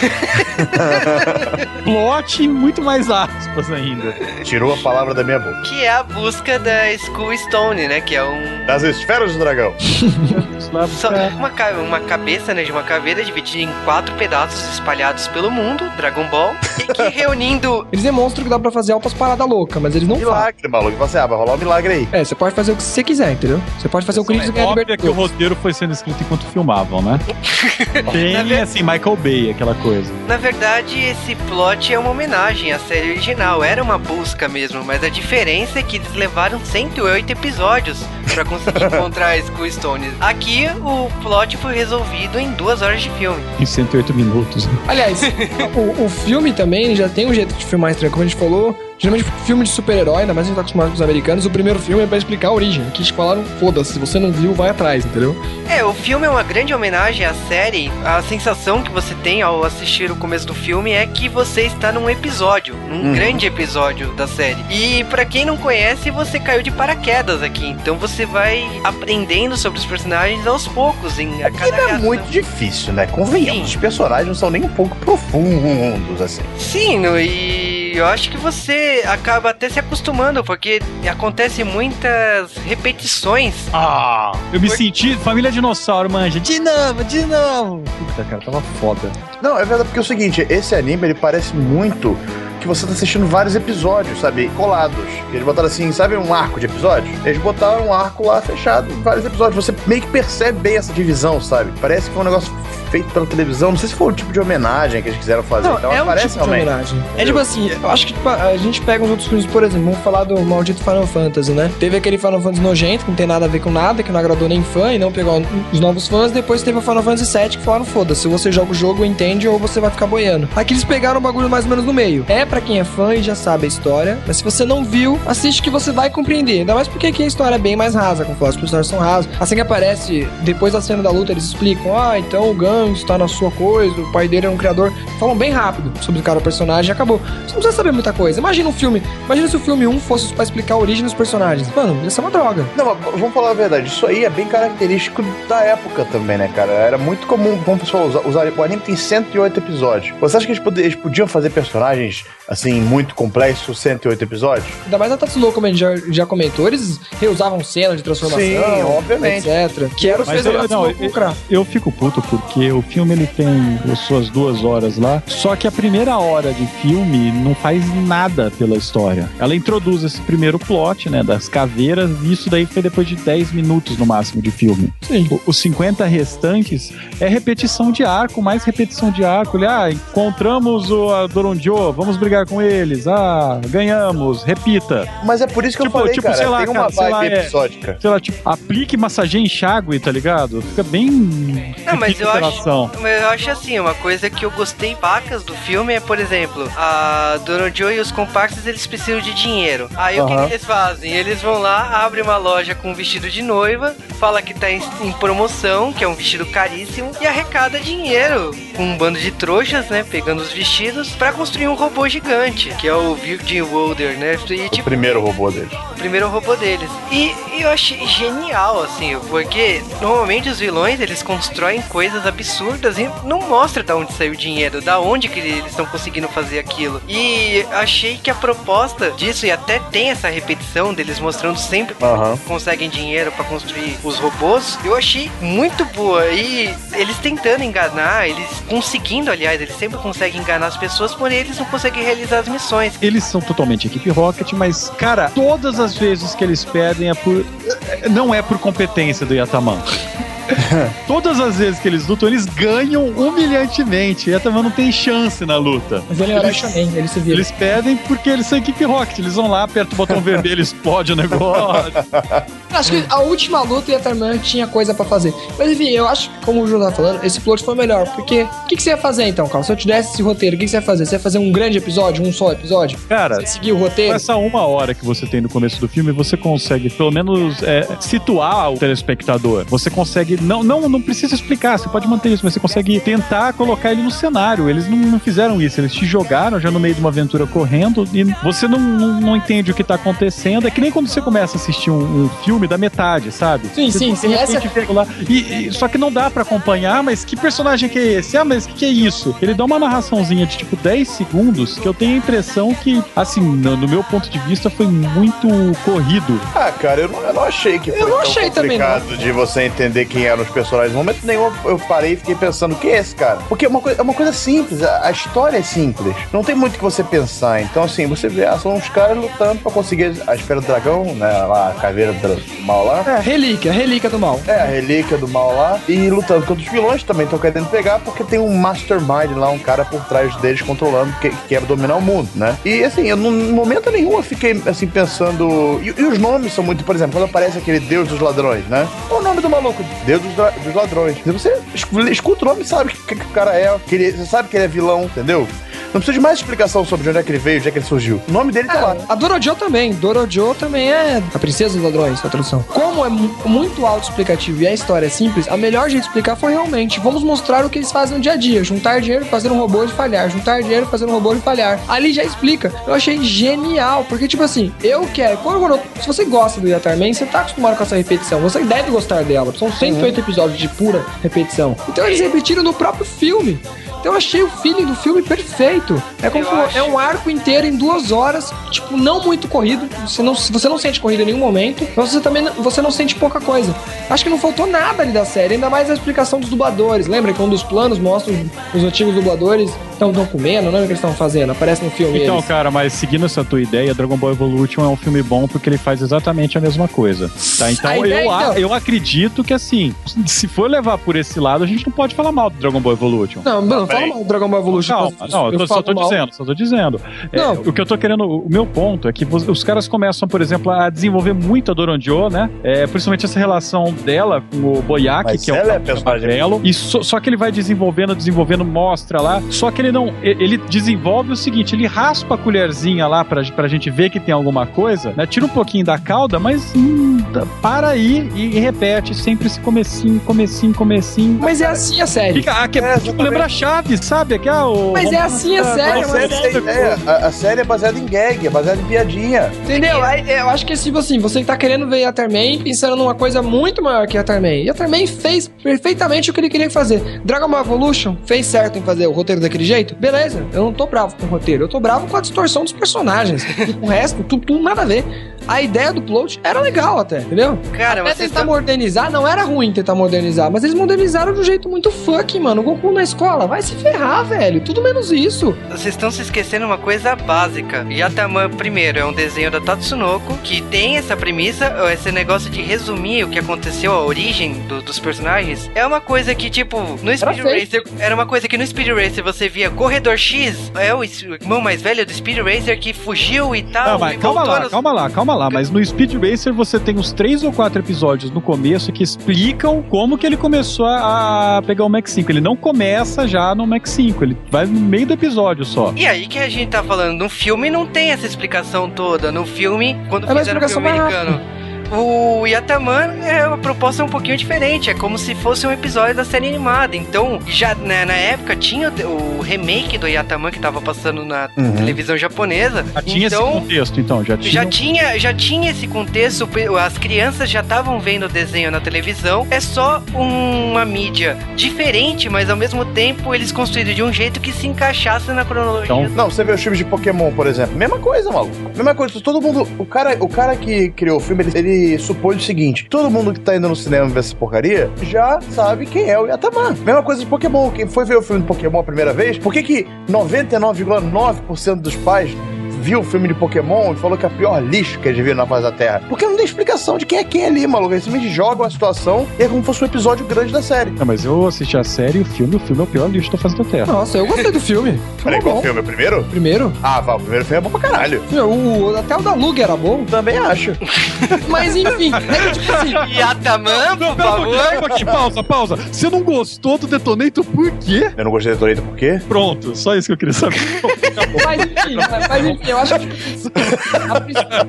Plot, muito mais aspas ainda.
Tirou a palavra da minha boca.
que é a busca da Skull Stone, né? Que é um
Das esferas do dragão.
Só uma, ca- uma cabeça, né, de uma caveira dividida em quatro pedaços espalhados pelo mundo, Dragon Ball, e que reunindo...
Eles demonstram que dá pra fazer altas paradas loucas, mas eles não falam.
Milagre, maluco. Você, ah, vai rolar um milagre aí.
É, você pode fazer o que você quiser, entendeu? Você pode fazer o que eles ganhar
Óbvio é que o
Libertadores.
roteiro foi sendo escrito enquanto filmavam, né? Tem,
Na ver-
assim, Michael Bay, aquela coisa.
Na verdade, esse plot é uma homenagem à série original, era uma busca mesmo, mas a diferença é que eles levaram cento e oito episódios pra conseguir encontrar a Skull Stone. Aqui, o plot foi resolvido em duas horas de filme.
Em cento e oito minutos.
Aliás, o, o filme também ele já tem um jeito de filmar estranho, como a gente falou. Geralmente, filme de super-herói, ainda mais a gente tá acostumado com os americanos, o primeiro filme é pra explicar a origem. Aqui eles falaram, foda-se, se você não viu, vai atrás, entendeu?
É, o filme é uma grande homenagem à série. A sensação que você tem ao assistir o começo do filme é que você está num episódio, num
Uhum.
grande episódio da série. E pra quem não conhece, você caiu de paraquedas aqui. Então você vai aprendendo sobre os personagens aos poucos, em a
Que
cada
não é
reação.
muito difícil, né? Convenhamos,
Sim.
os personagens não são nem um pouco profundos, assim.
Sim, no- e eu acho que você acaba até se acostumando, porque acontece muitas repetições.
Ah! Eu me
Foi-
senti família dinossauro, manja. De novo, de novo. Puta, cara, tava foda.
Não, é verdade, porque é o seguinte, esse anime, ele parece muito que você tá assistindo vários episódios, sabe, colados. Eles botaram assim, sabe um arco de episódios? Eles botaram um arco lá fechado, vários episódios. Você meio que percebe bem essa divisão, sabe? Parece que foi um negócio feito pela televisão. Não sei se foi o tipo de homenagem que eles quiseram fazer.
Não,
então,
é um
parece
tipo de
realmente.
homenagem. É tipo assim, eu acho que tipo, a gente pega os outros filmes, por exemplo, vamos falar do maldito Final Fantasy, né? Teve aquele Final Fantasy nojento, que não tem nada a ver com nada, que não agradou nem fã e não pegou os novos fãs. Depois teve o Final Fantasy sete, que falaram, foda-se, se você joga o jogo, entende, ou você vai ficar boiando. Aqui eles pegaram o bagulho mais ou menos no meio. É pra quem é fã e já sabe a história, mas se você não viu, assiste que você vai compreender. Ainda mais porque aqui a história é bem mais rasa, como os personagens são rasos. Assim que aparece, depois da cena da luta, eles explicam, ah, então o Gans está na sua coisa, o pai dele é um criador. Falam bem rápido sobre o cara, o personagem, e acabou. Você não precisa saber muita coisa. Imagina um filme, imagina se o filme um fosse pra explicar a origem dos personagens. Mano, ia ser uma droga.
Não, mas vamos falar a verdade, isso aí é bem característico da época também, né, cara? Era muito comum, como o pessoal usar, usar, o anime tem cento e oito episódios. Você acha que eles, pod- eles podiam fazer personagens, assim, muito complexos, cento e oito episódios?
Ainda mais a Tatsuno, como a gente já, já comentou, eles reusavam cena de transformação,
Sim, obviamente.
etcétera. Que era o que
Mas
fez a
eu, não,
Tatsuno
eu,
lucrar.
eu fico puto porque o filme ele tem as suas duas horas lá, só que a primeira hora de filme não faz nada pela história. Ela introduz esse primeiro plot, né, das caveiras, e isso daí foi depois de dez minutos no máximo de filme.
Sim.
O- Os cinquenta restantes é repetição de arco, mais repetição de arco. Ele, ah, encontramos o a Doronjo, vamos brigar com eles. Ah, ganhamos, repita.
Mas é por isso que
Tipo-
eu falei,
tipo,
cara,
sei lá,
tem uma
cara, sei
vibe
lá, é-
episódica.
Sei lá, tipo, aplique massageie enxágue, tá ligado? Fica bem...
Não, mas eu acho,
interação.
mas eu acho assim, uma coisa que eu gostei pacas do filme é, por exemplo, a Dorojo e os comparsas, eles precisam de dinheiro. Aí o que,
Aham.
que eles fazem? Eles vão lá, abrem uma loja com um vestido de noiva, fala que tá em, em promoção, que é um vestido caríssimo, e arrecada dinheiro com um bando de trouxas, né, pegando os vestidos, pra construir um robô gigante, que é o Virgin Wilder, né, e
O
tipo,
primeiro robô deles.
o primeiro robô deles. E eu achei genial, assim, porque normalmente os vilões, eles constroem coisas absurdas e não mostra de onde saiu o dinheiro, da onde que eles estão conseguindo fazer aquilo. E achei que a proposta disso, e até tem essa repetição deles mostrando sempre que
Aham.
conseguem dinheiro pra construir os robôs, eu achei muito boa. E eles tentando enganar, eles conseguindo, aliás, eles sempre conseguem enganar as pessoas, porém eles não conseguem realizar as missões.
Eles são totalmente equipe Rocket, mas, cara, todas as vezes que eles pedem é por... não é por competência do Yataman. Todas as vezes que eles lutam, eles ganham humilhantemente. E Yataman não tem chance na luta.
Mas ele era shonen, ele se vira.
Eles pedem porque eles são equipe Rocket. Eles vão lá, apertam o botão vermelho, explode o negócio.
Acho que a última luta e a Tarman tinha coisa pra fazer. Mas enfim, eu acho que, como o João tava falando, esse plot foi melhor. Porque o que, que você ia fazer então, Carl? Se eu te desse esse roteiro, o que, que você ia fazer? Você ia fazer um grande episódio, um só episódio?
Cara,
Você ia seguir o
com
roteiro?
essa uma hora que você tem no começo do filme, você consegue, pelo menos, é, situar o telespectador. Você consegue... Não, não, não precisa explicar, você pode manter isso, mas você consegue tentar colocar ele no cenário. Eles não, não fizeram isso, eles te jogaram já no meio de uma aventura correndo e você não, não, não entende o que tá acontecendo. É que nem quando você começa a assistir um, um filme da metade, sabe?
Sim,
Você,
sim,
de
sim,
repente,
essa-
pega lá, e, e- só que não dá pra acompanhar, mas que personagem que é esse? Ah, mas o que, que é isso? Ele dá uma narraçãozinha de tipo dez segundos que eu tenho a impressão que, assim, no, no meu ponto de vista, foi muito corrido.
Ah, cara, eu não, eu não achei que foi
Eu não
tão
achei também,
complicado de você entender quem eram os personagens. No momento nenhum eu parei e fiquei pensando, quem é esse cara? Porque é uma, coi- é uma coisa simples, a, a história é simples. Não tem muito o que você pensar. Então, assim, você vê, ah, são uns caras lutando pra conseguir a esfera do dragão, né, lá, a caveira do mal lá.
É, relíquia, relíquia do mal.
É, a relíquia do mal lá. E lutando contra os vilões também estão querendo pegar, porque tem um mastermind lá, um cara por trás deles controlando, que, que quer dominar o mundo, né? E assim, eu, num momento nenhum eu fiquei assim pensando. E, e os nomes são muito, por exemplo, quando aparece aquele Deus dos Ladrões, né? Qual o nome do maluco? Deus dos, dra- dos Ladrões. Se você es- escuta o nome e sabe o que, que o cara é, que ele, você sabe que ele é vilão, entendeu? Não precisa de mais explicação sobre de onde é que ele veio, de onde é que ele surgiu. O nome dele tá lá.
A Dorojo também. Dorojo também é a princesa dos ladrões, a tradução. Como é mu- muito autoexplicativo e a história é simples, a melhor jeito de explicar foi realmente, vamos mostrar o que eles fazem no dia a dia. Juntar dinheiro, fazer um robô e falhar. Juntar dinheiro, fazer um robô e falhar. Ali já explica. Eu achei genial, porque tipo assim, eu quero... Quando, quando- se você gosta do Yatarman, você tá acostumado com essa repetição. Você deve gostar dela. São cento e oito episódios de pura repetição. Então eles repetiram no próprio filme. Então eu achei o feeling do filme perfeito. É como
Eu
se for-
acho.
é um arco inteiro em duas horas, tipo, não muito corrido. Você não, você não sente corrida em nenhum momento, mas você também não- você não sente pouca coisa. Acho que não faltou nada ali da série, ainda mais a explicação dos dubladores. Lembra que um dos planos mostra os, os antigos dubladores estão comendo, não lembro o que eles estão fazendo. Aparece no filme
Então,
eles.
cara, mas seguindo essa tua ideia, Dragon Ball Evolution é um filme bom porque ele faz exatamente a mesma coisa. Tá? Então,
A
eu,
ideia,
a-
então-
eu acredito que, assim, se for levar por esse lado, a gente não pode falar mal do Dragon Ball Evolution.
Não, não, fala
peraí.
mal do Dragon Ball Evolution.
Calma, não, eu, tô- só
falo
tô
mal.
dizendo, só tô dizendo. É,
Não.
o que eu tô querendo, o meu ponto é que os os caras começam, por exemplo, a desenvolver muito a Doronjo, né? É, principalmente essa relação dela com o Boyaki,
Mas
que é o
ela é
cara
personagem.
amarelo, e só, só que ele vai desenvolvendo, desenvolvendo, mostra lá, só que ele não, e- ele desenvolve o seguinte, ele raspa a colherzinha lá pra, pra gente ver que tem alguma coisa, né? Tira um pouquinho da cauda, mas hum, para aí e, e repete sempre esse comecinho, comecinho, comecinho.
Mas é assim a série.
Fica, ah, que,
É,
tipo,
exatamente.
lembra a chave, sabe? Aqui, ah, o,
Mas é assim a série,
A
é uma
série,
série.
é a ideia. A, a série é baseada em gag, é baseada em piadinha.
Entendeu? Aí, eu acho que, tipo assim, você tá querendo ver Yatarman pensando numa coisa muito maior que Yatarman. Yatarman fez perfeitamente o que ele queria fazer. Dragon Ball Evolution fez certo em fazer o roteiro daquele jeito? Beleza, eu não tô bravo com o roteiro, eu tô bravo com a distorção dos personagens. E com o resto, tudo, tudo nada a ver. A ideia do plot era legal até, entendeu?
Cara,
Até
vocês
tentar
tão-
modernizar, não era ruim tentar modernizar, mas eles modernizaram de um jeito muito fucking, mano. O Goku na escola, vai se ferrar, velho. Tudo menos isso.
Vocês estão se esquecendo uma coisa básica. Yatama, primeiro, é um desenho da Tatsunoko que tem essa premissa, esse negócio de resumir o que aconteceu, a origem do- dos personagens. É uma coisa que, tipo, no Speed
feito.
Racer, era uma coisa que no Speed Racer você via Corredor X, é o es- o irmão mais velho do Speed Racer que fugiu e tal.
Não, mas
e
calma
voltou
lá,
nos-
calma lá, calma lá. Mas no Speed Racer você tem uns três ou quatro episódios no começo que explicam como que ele começou a a pegar o Max cinco. Ele não começa já no Max cinco, ele vai no meio do episódio só.
E aí que a gente tá falando, no filme não tem essa explicação toda. No filme, quando
É uma
fizeram o filme
explicação mais
americano, o Yataman é uma proposta um pouquinho diferente. É como se fosse um episódio da série animada. Então, já né, na época tinha o, o remake do Yataman que tava passando na
Uhum.
televisão japonesa.
Já tinha esse
então,
contexto, então, já tinha.
já tinha, já tinha esse contexto, as crianças já estavam vendo o desenho na televisão. É só uma mídia diferente, mas ao mesmo tempo eles construíram de um jeito que se encaixasse na cronologia.
Então,
Não, você vê os filmes de Pokémon, por exemplo. Mesma coisa, maluco. Mesma coisa. Todo mundo. O cara, o cara que criou o filme, ele, ele supõe o seguinte: todo mundo que tá indo no cinema ver essa porcaria já sabe quem é o Yataman. Mesma coisa de Pokémon. Quem foi ver o filme de Pokémon a primeira vez, por que que noventa e nove vírgula nove por cento dos pais viu o filme de Pokémon e falou que é o pior lixo que eles viram na face da Terra? Porque não tem explicação de quem é quem ali, maluco. Eles simplesmente jogam a situação e é como se fosse um episódio grande da série.
Não, mas eu assisti a série e o filme, o filme é o pior lixo da face da Terra.
Nossa, eu gostei do filme.
Peraí,
Ficou
qual
bom.
filme? O primeiro?
Primeiro?
Ah, vá, o primeiro filme é bom pra caralho.
Meu, o, até o da Lug era bom.
Também acho.
Mas enfim, é que tipo assim.
Yataman, por
Não, pera um pouquinho, pera um
favor.
pouquinho, pausa, pausa. Você não gostou do Detonator por quê?
Eu não gostei do Torito por quê?
Pronto, só isso que eu queria saber.
Mas enfim, mas, mas enfim, eu acho que a principal,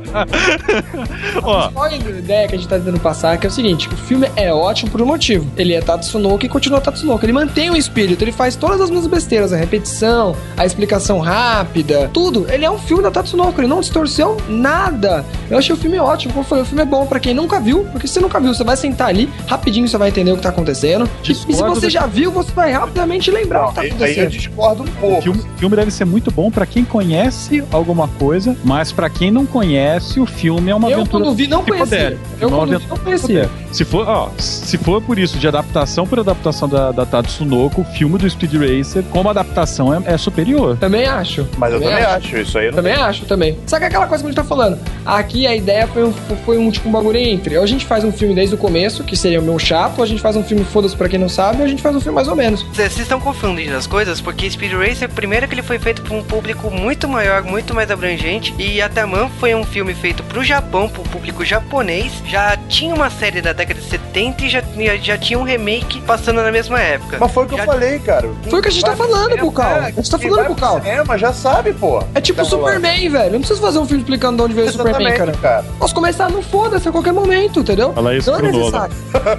Ó,
a principal ideia que a gente tá tentando passar é que é o seguinte: o filme é ótimo por um motivo. Ele é Tatsunoko e continua Tatsunoko. Ele mantém o espírito, ele faz todas as mesmas besteiras, a repetição, a explicação rápida, tudo. Ele é um filme da Tatsunoko, ele não distorceu nada. Eu achei o filme ótimo, como eu falei, o filme é bom pra quem nunca viu, porque se você nunca viu, você vai sentar ali, rapidinho você vai entender o que tá acontecendo. E, e se
Discordo
você
da-
já viu, você vai rapidamente lembrar o que tá
Aí, aí eu
acontecendo.
discordo um
o
pouco.
filme, o filme deve ser muito bom pra quem conhece alguma coisa, mas pra quem não conhece, o filme é uma
Eu,
aventura
quando vi, não conhecia.
psicodélica.
Eu,
Uma
quando vi,
aventura
não conhecia.
Se for, ó, se for por isso, de adaptação por adaptação da, da Tatsunoko, o filme do Speed Racer, como adaptação, é, é superior.
Também acho.
Mas eu também acho, isso aí eu não
Também acho, também. Só que é aquela coisa que a gente tá falando. Aqui a ideia foi um, foi um tipo um bagulho entre. Ou a gente faz um filme desde o começo, que seria o meu chato, ou a gente faz um filme foda-se pra quem não sabe, ou a gente faz um filme mais ou menos.
Vocês estão confundindo as coisas, porque Speed Racer, primeiro que ele foi feito para um público muito maior, muito mais abrangente, e Yataman foi um filme feito pro Japão, pro público japonês. Já tinha uma série da década de setenta e já, já tinha um remake passando na mesma época.
Mas foi o que
Já-
eu falei, cara.
Foi o que a gente tá falando, Bucal. A gente tá falando, Bucal.
É, mas já sabe, pô.
É tipo o
Tá rolando.
Superman, velho. Eu não preciso fazer um filme explicando de onde veio o Superman, cara.
Exatamente, cara.
Posso começar no foda-se a qualquer momento, entendeu?
Fala isso
não é
pro
necessário.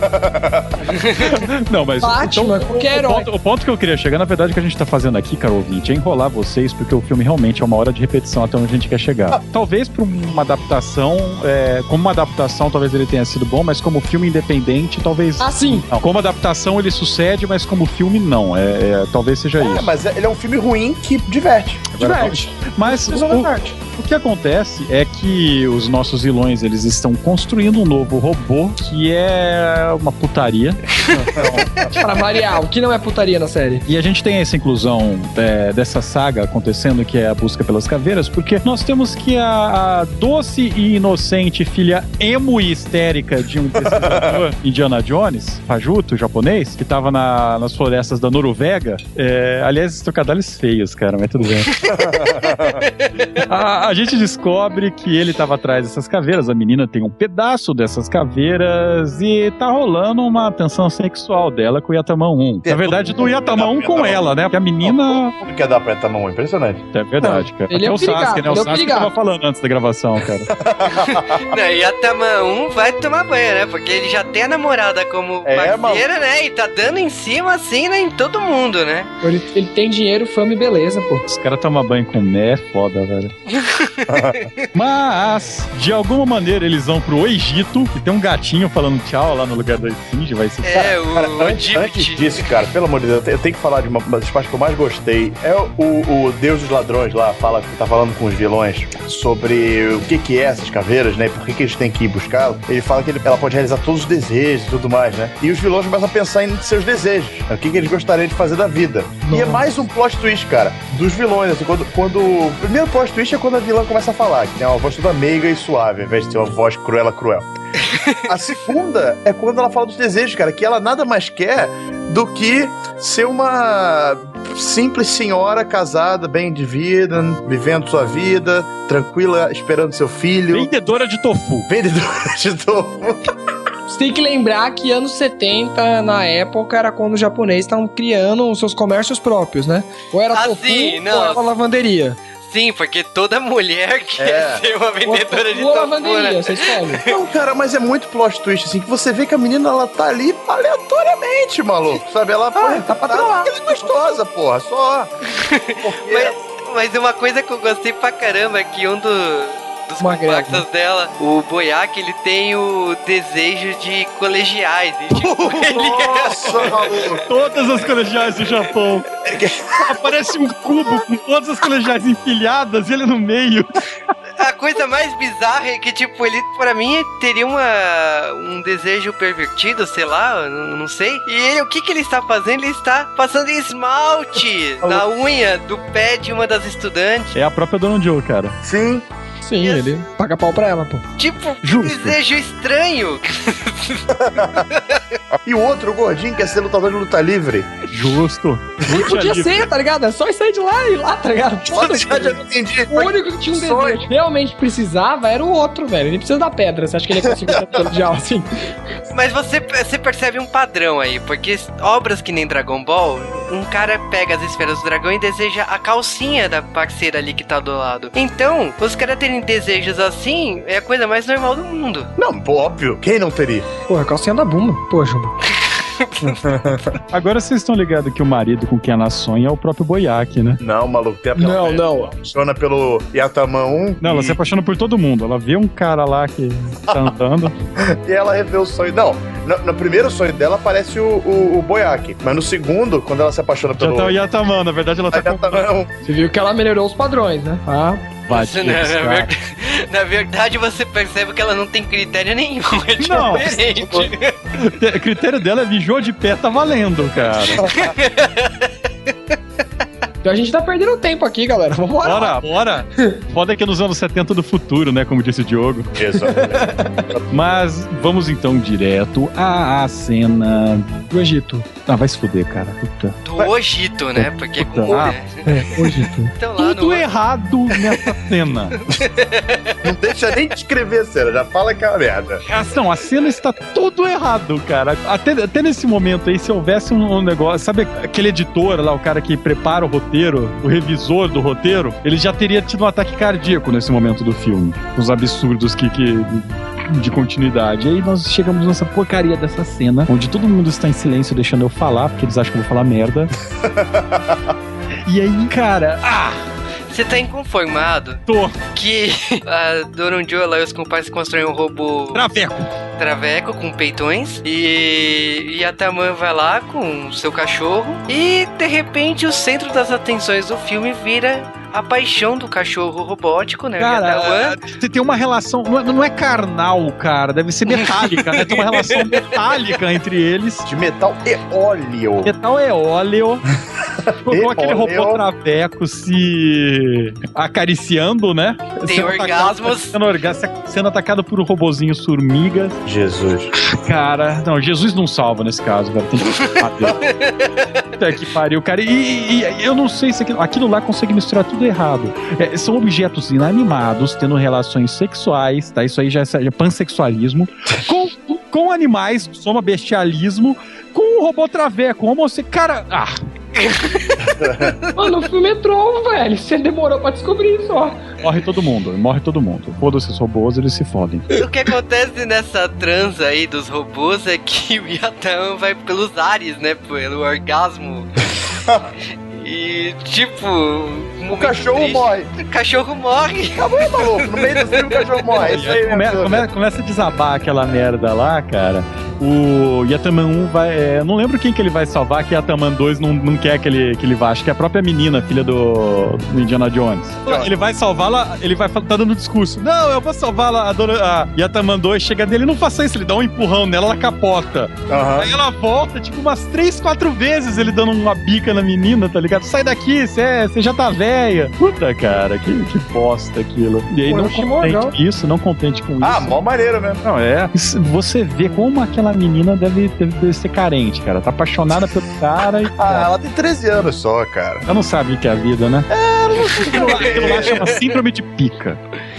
Não, mas
Batman, qualquer
o,
herói.
ponto, o ponto que eu queria chegar, na verdade, que a gente tá fazendo aqui, cara ouvinte, é enrolar vocês, porque o filme realmente é uma hora de repetição até onde a gente quer chegar. Talvez pra uma adaptação, é, como uma adaptação, talvez ele tenha sido bom, mas como filme independente, talvez...
Ah, sim.
Não, como adaptação ele sucede, mas como filme não. É, é, talvez seja
É,
isso.
mas ele é um filme ruim que diverte.
Diverte.
Mas
Precisa
o,
da arte.
o que acontece é que os nossos vilões, eles estão construindo um novo robô que é uma putaria.
Pra variar, o que não é putaria na série?
E a gente tem essa inclusão é, dessa saga acontecendo, que é a busca pelas caveiras, porque nós temos que a, a doce e inocente filha emo e histérica de um pesquisador Indiana Jones, fajuto, japonês, que tava na, nas florestas da Noruega. É, aliás, esses trocadilhos feios, cara, mas tudo bem. a, a gente descobre que ele tava atrás dessas caveiras, a menina tem um pedaço dessas caveiras e tá rolando uma tensão sexual dela com o Yatamã um. Na verdade, do Yatamã um com ela, né? Porque a menina...
Como quer dar pra Yatamã um? Impressionante.
É verdade, cara.
Ele é
o
obrigado,
Sasuke, né? O
ele é
Sasuke
obrigado.
tava falando antes da gravação, cara.
Não, e Yatamã um vai tomar banho, né? Porque ele já tem a namorada como
É,
parceira, né? E tá dando em cima, assim, né? Em todo mundo, né?
Ele, ele tem dinheiro, fama e beleza, pô.
Os caras tomam banho com mé, é foda, velho. Mas, de alguma maneira, eles vão pro Egito e tem um gatinho falando tchau lá no lugar da esfinge, vai ser...
É, o,
Cara,
o
antes, antes
Djibouti.
disso, cara, pelo amor de Deus, eu tenho que falar de uma das partes que eu mais gostei. É o, o Deus dos Ladrões lá, fala, tá falando com os vilões sobre o que que é essas caveiras, né? Por que que eles têm que ir buscá-lo. Ele fala que ele, ela pode realizar todos os desejos e tudo mais, né? E os vilões começam a pensar em seus desejos, né? O que que eles gostariam de fazer da vida. E é mais um plot twist, cara, dos vilões, assim, quando, quando... O primeiro plot twist é quando a vilã começa a falar, que tem uma voz toda meiga e suave, ao invés de ter uma voz cruela, cruel. A segunda é quando ela fala dos desejos, cara, que ela nada mais quer do que ser uma simples senhora casada, bem de vida, vivendo sua vida, tranquila, esperando seu filho.
Vendedora de tofu.
Vendedora de tofu.
Você tem que lembrar que anos setenta, na época, era quando os japoneses estavam criando os seus comércios próprios, né? Ou era
Ah,
tofu,
sim, não.
ou era lavanderia.
Sim, porque toda mulher quer
É.
ser uma vendedora de
Ou
tofu,
lavanderia,
né?
você escolhe.
Não, cara, mas é muito plot twist, assim, que você vê que a menina, ela tá ali aleatoriamente, maluco, sabe? Ela
Ah, tá pra trollar.
ela é gostosa, porra, só. Porque...
Mas, mas uma coisa que eu gostei pra caramba é que um do, dos
Magrelo.
compactos dela, o Boyac, ele tem o desejo de colegiais. E, tipo, ele
Nossa, maluco.
Todas as colegiais do Japão. Aparece um cubo com todas as colegiais empilhadas e ele no meio.
A coisa mais bizarra é que, tipo, ele, pra mim, teria uma, um desejo pervertido, sei lá, não, não sei. E ele, o que que ele está fazendo? Ele está passando esmalte na unha do pé de uma das estudantes.
É a própria Dona Joe, cara.
Sim.
Sim, ele paga pau pra ela, pô.
Tipo, que
Justo.
desejo estranho.
E o outro, o gordinho, quer ser lutador de luta livre.
Justo.
Ele podia ser, tá ligado? É só sair de lá e ir lá, tá ligado?
Eu já, já entendi.
O único que tinha um
Sonho.
desejo que realmente precisava era o outro, velho. Ele precisa da pedra. Você acha que ele ia conseguir ser colegial assim?
Mas você, você percebe um padrão aí, porque obras que nem Dragon Ball, um cara pega as esferas do dragão e deseja a calcinha da parceira ali que tá do lado. Então, os caras terem desejos assim é a coisa mais normal do mundo.
Não, pô, óbvio. Quem não teria?
Porra, calcinha da bunda. Poxa.
Agora vocês estão ligados que o marido com quem ela sonha é o próprio Boyac, né?
Não, maluco. Tem a
Não, não.
Funciona pelo Yatamã um.
Não, ela
e...
se apaixona por todo mundo. Ela vê um cara lá que tá andando.
E ela revê o sonho. Não, no, no primeiro sonho dela aparece o, o, o Boyac. Mas no segundo, quando ela se apaixona
Já
pelo
tá o Yatamã, na verdade ela tá com...
Yatamã um.
Você viu que ela melhorou os padrões, né? Ah,
Você, na, na verdade, na verdade, você percebe que ela não tem critério nenhum. É
Não.
diferente.
O critério dela é mijou de pé, tá valendo, cara.
então a gente tá perdendo tempo aqui, galera. Vambora.
Bora, bora. Foda é que é nos anos setenta do futuro, né? Como disse o Diogo.
Isso.
Mas vamos então direto à, à cena
Do Egito.
Ah, vai se fuder, cara. Puta.
Do Ogito, né? Porque é com
Puta.
O,
Ah,
né?
É, o Egito.
Então lá
Tudo
no...
errado nessa cena.
Não deixa nem descrever a cena, já fala que é uma merda.
Não, a cena está tudo errado, cara. Até, até nesse momento aí, se houvesse um, um negócio... Sabe aquele editor lá, o cara que prepara o roteiro, o revisor do roteiro? Ele já teria tido um ataque cardíaco nesse momento do filme. Os absurdos que... que de continuidade. E aí nós chegamos nessa porcaria dessa cena, onde todo mundo está em silêncio deixando eu falar, porque eles acham que eu vou falar merda. E aí, cara... Ah!
Você tá inconformado
Tô.
que a Doronjo lá e os compadres constroem um robô
Traveco.
traveco com peitões e, e a Tamã vai lá com seu cachorro e de repente o centro das atenções do filme vira a paixão do cachorro robótico, né?
Cara, você tem uma relação, não é, não é carnal, cara, deve ser metálica, né? Tem uma relação metálica entre eles.
De metal e óleo.
Metal é óleo. Com aquele
óleo.
robô traveco se acariciando, né?
Tem
sendo
orgasmos.
Atacado, sendo, orga- sendo atacado por robozinhos formigas.
Jesus.
Cara, não, Jesus não salva nesse caso, velho. Tem que Puta que pariu, cara. E, e- e eu não sei se aquilo, aquilo lá consegue misturar tudo errado. É, são objetos inanimados tendo relações sexuais, tá? Isso aí já é, já é pansexualismo. Com, com animais, soma bestialismo. Com um robô traveco, homossexual. Cara, ah.
Mano, o filme é Tron, velho. Você demorou pra descobrir isso, ó.
Morre todo mundo, morre todo mundo. Foda-se os robôs, eles se fodem.
O que acontece nessa transa aí dos robôs é que o Yatam vai pelos ares, né? Pelo orgasmo. E, tipo...
O cachorro morre.
O cachorro morre.
Acabou, maluco. No meio do filme o cachorro morre. É isso aí
Come-
mesmo.
come- começa a desabar aquela merda lá, cara. O Yataman um vai. É, eu não lembro quem que ele vai salvar, que Yataman dois não, não quer que ele, que ele vá. Acho que é a própria menina, filha do, do Indiana Jones. Ele vai salvá-la, ele vai tá dando discurso. Não, eu vou salvá-la. A, dona, a Yataman dois chega dele, não faça isso, ele dá um empurrão nela, ela capota.
Aham.
Aí ela volta, tipo, umas três, quatro vezes ele dando uma bica na menina, tá ligado? Sai daqui, você é, você já tá velha. Puta, cara, que, que bosta aquilo. E aí,
Pô,
não
eu achei mó legal.
contente com isso, não contente com
Ah,
isso.
mó maneiro mesmo.
Não, é. Isso- Você vê como aquela menina deve, deve, deve ser carente, cara. Tá apaixonada pelo cara e.
Ah, ela tem treze anos só, cara.
Ela não sabe o que é a vida, né? É, não sei. Aquilo lá, aquilo lá chama síndrome de pica.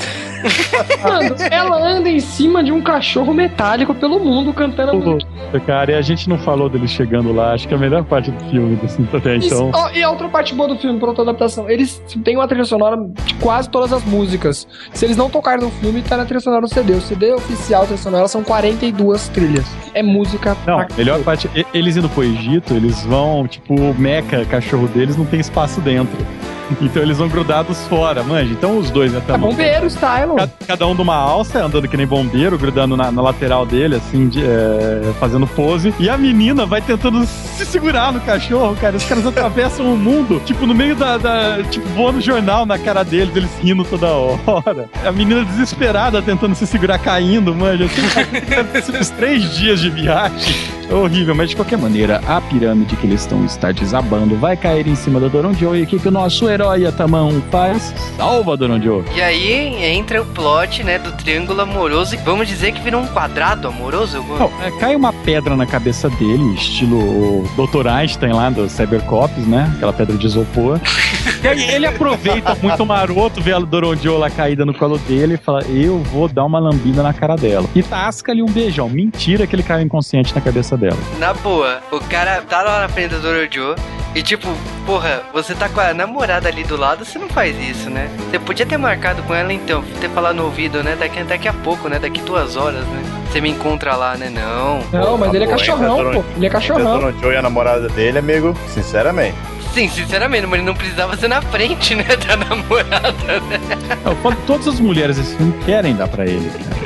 Mano, ela anda em cima de um cachorro metálico pelo mundo cantando a música.
Puta, cara, e a gente não falou dele chegando lá. Acho que é a melhor parte do filme, assim, até então.
Isso- ó, e a outra parte boa do filme, pronto, adaptação. Eles têm uma trilha sonora de quase todas as músicas. Se eles não tocarem no filme, tá na trilha sonora do C D. O C D oficial da trilha sonora são quarenta e duas trilhas. É música
Não,
pra
melhor parte, e- eles indo pro Egito, eles vão, tipo, o Meca, cachorro deles, não tem espaço dentro. Então eles vão grudados fora, manja. Então os dois, né,
É
também.
bombeiro, style.
Cada, cada um de uma alça, andando que nem bombeiro, grudando na, na lateral dele, assim, de, é, fazendo pose. E a menina vai tentando se segurar no cachorro, cara. Os caras atravessam o mundo, tipo, no meio da, da. Tipo, voando jornal na cara deles, eles rindo toda hora. A menina desesperada tentando se segurar, caindo, manja. Assim, uns três dias de viagem. É horrível, mas de qualquer maneira, a pirâmide que eles estão está desabando vai cair em cima da Doronjo. E o que, que o nosso herói Yatamão faz? Salva Doronjo.
E aí entra o plot, né, do triângulo amoroso. E vamos dizer que virou um quadrado amoroso?
Não, é, cai uma pedra na cabeça dele, estilo o doutor Einstein lá do Cybercops, né? Aquela pedra de isopor. E aí ele aproveita muito maroto, vê a Doronjo lá caída no colo dele e fala: eu vou dar uma lambida na cara dela. E tasca-lhe um beijão. Mentira que ele caiu inconsciente na cabeça dela.
Na boa, o cara tá lá na frente do Dorojo e tipo, porra, você tá com a namorada ali do lado, você não faz isso, né? Você podia ter marcado com ela então, ter falado no ouvido, né? Daqui, daqui a pouco, né? Daqui duas horas, né? Você me encontra lá, né? Não.
Não, mas
Pô,
ele é
tá
cachorrão,
bom,
pô. Ele é cachorrão.
Entre a Dona Joe e a namorada dele, amigo, sinceramente.
Sim, sinceramente, mas ele não precisava ser na frente, né? Da namorada, né?
Não, quando todas as mulheres desse filme querem dar pra ele, cara.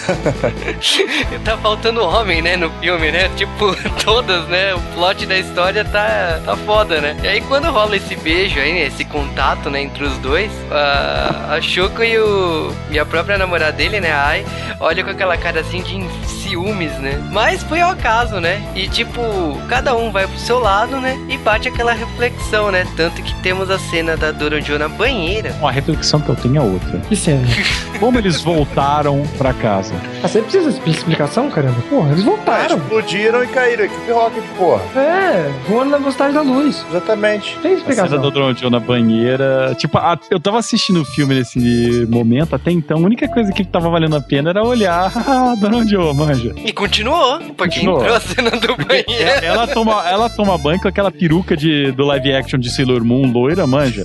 Tá faltando homem, né, no filme, né? Tipo, todas, né? O plot da história tá, tá foda, né? E aí quando rola esse beijo aí, né, esse contato, né, entre os dois, a, a Shoko e, o, e a própria namorada dele, né, a Ai, olha com aquela cara assim de ciúmes, né? Mas foi ao acaso, né? E tipo, cada um vai pro seu lado, né? E bate aquela reflexão, né? Tanto que temos a cena da Doronjo na banheira.
Uma reflexão que eu tenho é outra.
Que cena?
Como eles voltaram pra casa?
Ah, você precisa de explicação, caramba? Porra, eles
Ah,
voltaram.
explodiram e caíram. Equipe Rocket, porra.
É, voando na velocidade da luz.
Exatamente.
Tem
A cena
explicação.
do Doronjo na banheira. Tipo, a- eu tava assistindo o filme nesse momento, até então, a única coisa que tava valendo a pena era olhar a Doronjo, manja.
E continuou, porque
Continuou.
entrou a cena do banheiro.
É, Ela toma, ela toma banho com aquela peruca de, do live action de Sailor Moon, loira, manja.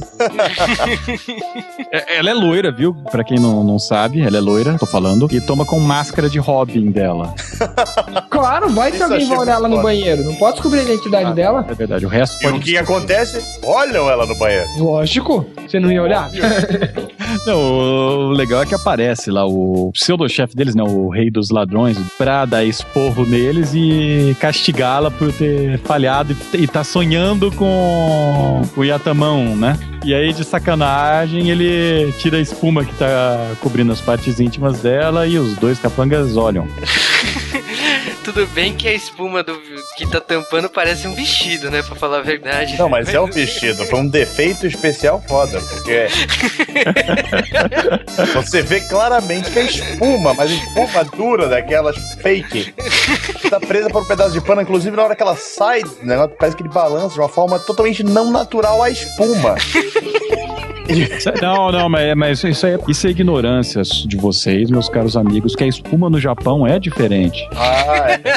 É, ela é loira, viu? Pra quem não, não sabe, ela é loira, tô falando. E toma com máscara de Robin dela.
Claro, vai que
Isso
alguém
achei
vai olhar ela no
foda.
banheiro. Não pode descobrir a identidade
Ah,
dela?
É verdade, o resto
E
pode...
o que acontece? Olham ela no banheiro.
Lógico. Você não ia olhar?
Não, o legal é que aparece lá o pseudo-chefe deles, né? O rei dos ladrões, pra dar esporro neles e castigá-la por ter falhado e, e tá sonhando com o Yatamão, né? E aí, de sacanagem, ele tira a espuma que tá cobrindo as partes íntimas dela e os dois capangas olham.
Tudo bem que a espuma do, que tá tampando parece um vestido, né? Pra falar a verdade.
Não, mas é um vestido. Foi um defeito especial foda. Porque você vê claramente que é espuma, mas espuma dura daquelas fake. Tá presa por um pedaço de pano. Inclusive, na hora que ela sai, né, parece que ele balança de uma forma totalmente não natural à espuma.
Não, não, mas, mas isso, é, isso é ignorância de vocês, meus caros amigos, que a espuma no Japão é diferente.
Ah, é.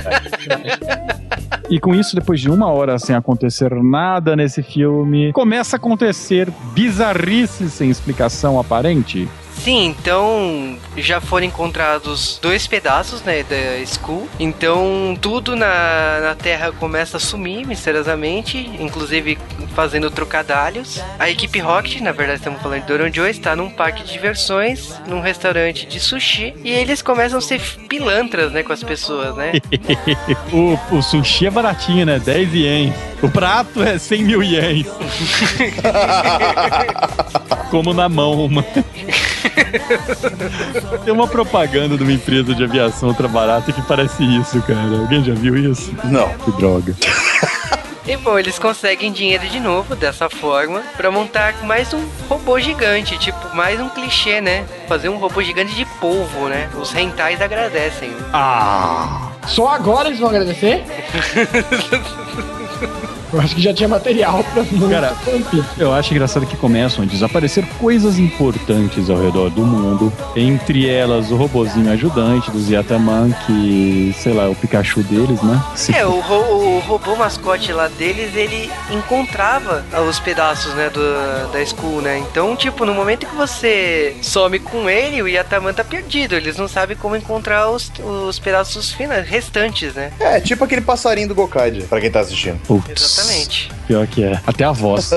E com isso, depois de uma hora sem acontecer nada nesse filme, começa a acontecer bizarrices sem explicação aparente.
Sim, então já foram encontrados dois pedaços, né, da Skull. Então tudo na, na Terra começa a sumir misteriosamente, inclusive fazendo trocadalhos. A equipe Rocket, na verdade estamos falando de Doron Joe, está num parque de diversões, num restaurante de sushi, e eles começam a ser pilantras, né, com as pessoas, né?
o, o sushi é baratinho, né? dez ienes. O prato é cem mil ienes. Como na mão, mano. Tem uma propaganda de uma empresa de aviação ultra barata que parece isso, cara. Alguém já viu isso?
Não.
Que droga.
E bom, eles conseguem dinheiro de novo dessa forma pra montar mais um robô gigante, tipo, mais um clichê, né? Fazer um robô gigante de polvo, né? Os rentais agradecem.
Ah! Só agora eles vão agradecer? Eu acho que já tinha material pra muito
Cara,
tempo.
Eu acho engraçado que começam a desaparecer coisas importantes ao redor do mundo. Entre elas, o robozinho ajudante dos Yataman, que, sei lá, é o Pikachu deles, né? Se
É, o, ro- o robô mascote lá deles, ele encontrava os pedaços, né, do, da Skull, né? Então, tipo, no momento que você some com ele, o Yataman tá perdido. Eles não sabem como encontrar os, os pedaços fina- restantes, né?
É, tipo aquele passarinho do Gokaiger, pra quem tá assistindo.
Putz,
Exatamente.
pior que é. Até a voz.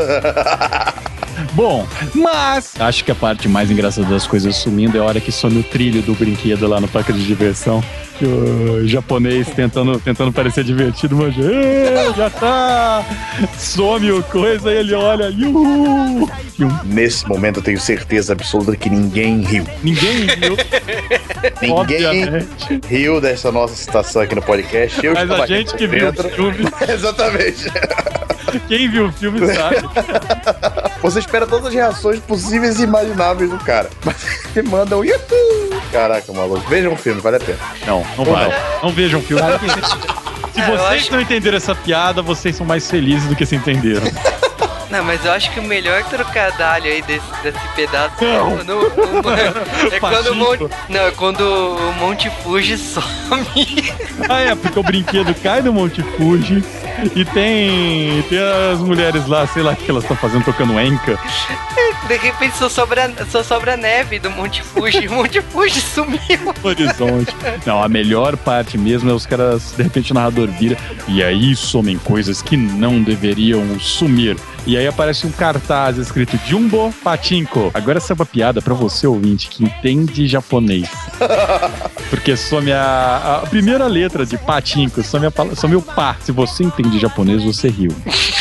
Bom, mas acho que a parte mais engraçada das coisas sumindo é a hora que some o trilho do brinquedo lá no parque de diversão. Que o japonês tentando, tentando parecer divertido, mas "Ê, já tá! Some o coisa e ele olha, yuhu!
Nesse momento eu tenho certeza absoluta que ninguém riu.
Ninguém viu.
Ninguém
Obviamente.
riu dessa nossa citação aqui no podcast. Eu
Mas
estava
a gente
aqui
que
por
viu o
dentro.
filme,
Exatamente.
quem viu o filme sabe.
Você espera todas as reações possíveis e imagináveis do cara. Mas ele manda um YouTube. Caraca, maluco. Vejam o filme, vale a pena.
Não, não
Ou
vai.
não.
Não vejam o filme. Se
É, eu
vocês
acho-
não entenderam essa piada, vocês são mais felizes do que se entenderam.
Não, mas eu acho que o melhor trocadalho aí desse, desse pedaço
Não.
é quando, o- é quando o Monte, não, é quando o Monte Fuji some.
Ah, é, porque o brinquedo cai no Monte Fuji e tem, tem as mulheres lá, sei lá o que elas estão fazendo, tocando enca.
De repente só sobra, só sobra neve do Monte Fuji. O Monte Fuji sumiu.
No horizonte. Não, a melhor parte mesmo é os caras, de repente o narrador vira e aí somem coisas que não deveriam sumir. E aí aparece um cartaz escrito Jumbo Pachinko. Agora essa é uma piada pra você, ouvinte, que entende japonês. Porque some a, a primeira letra de Pachinko, some, a, pala- some o pá. Se você entende japonês, você riu.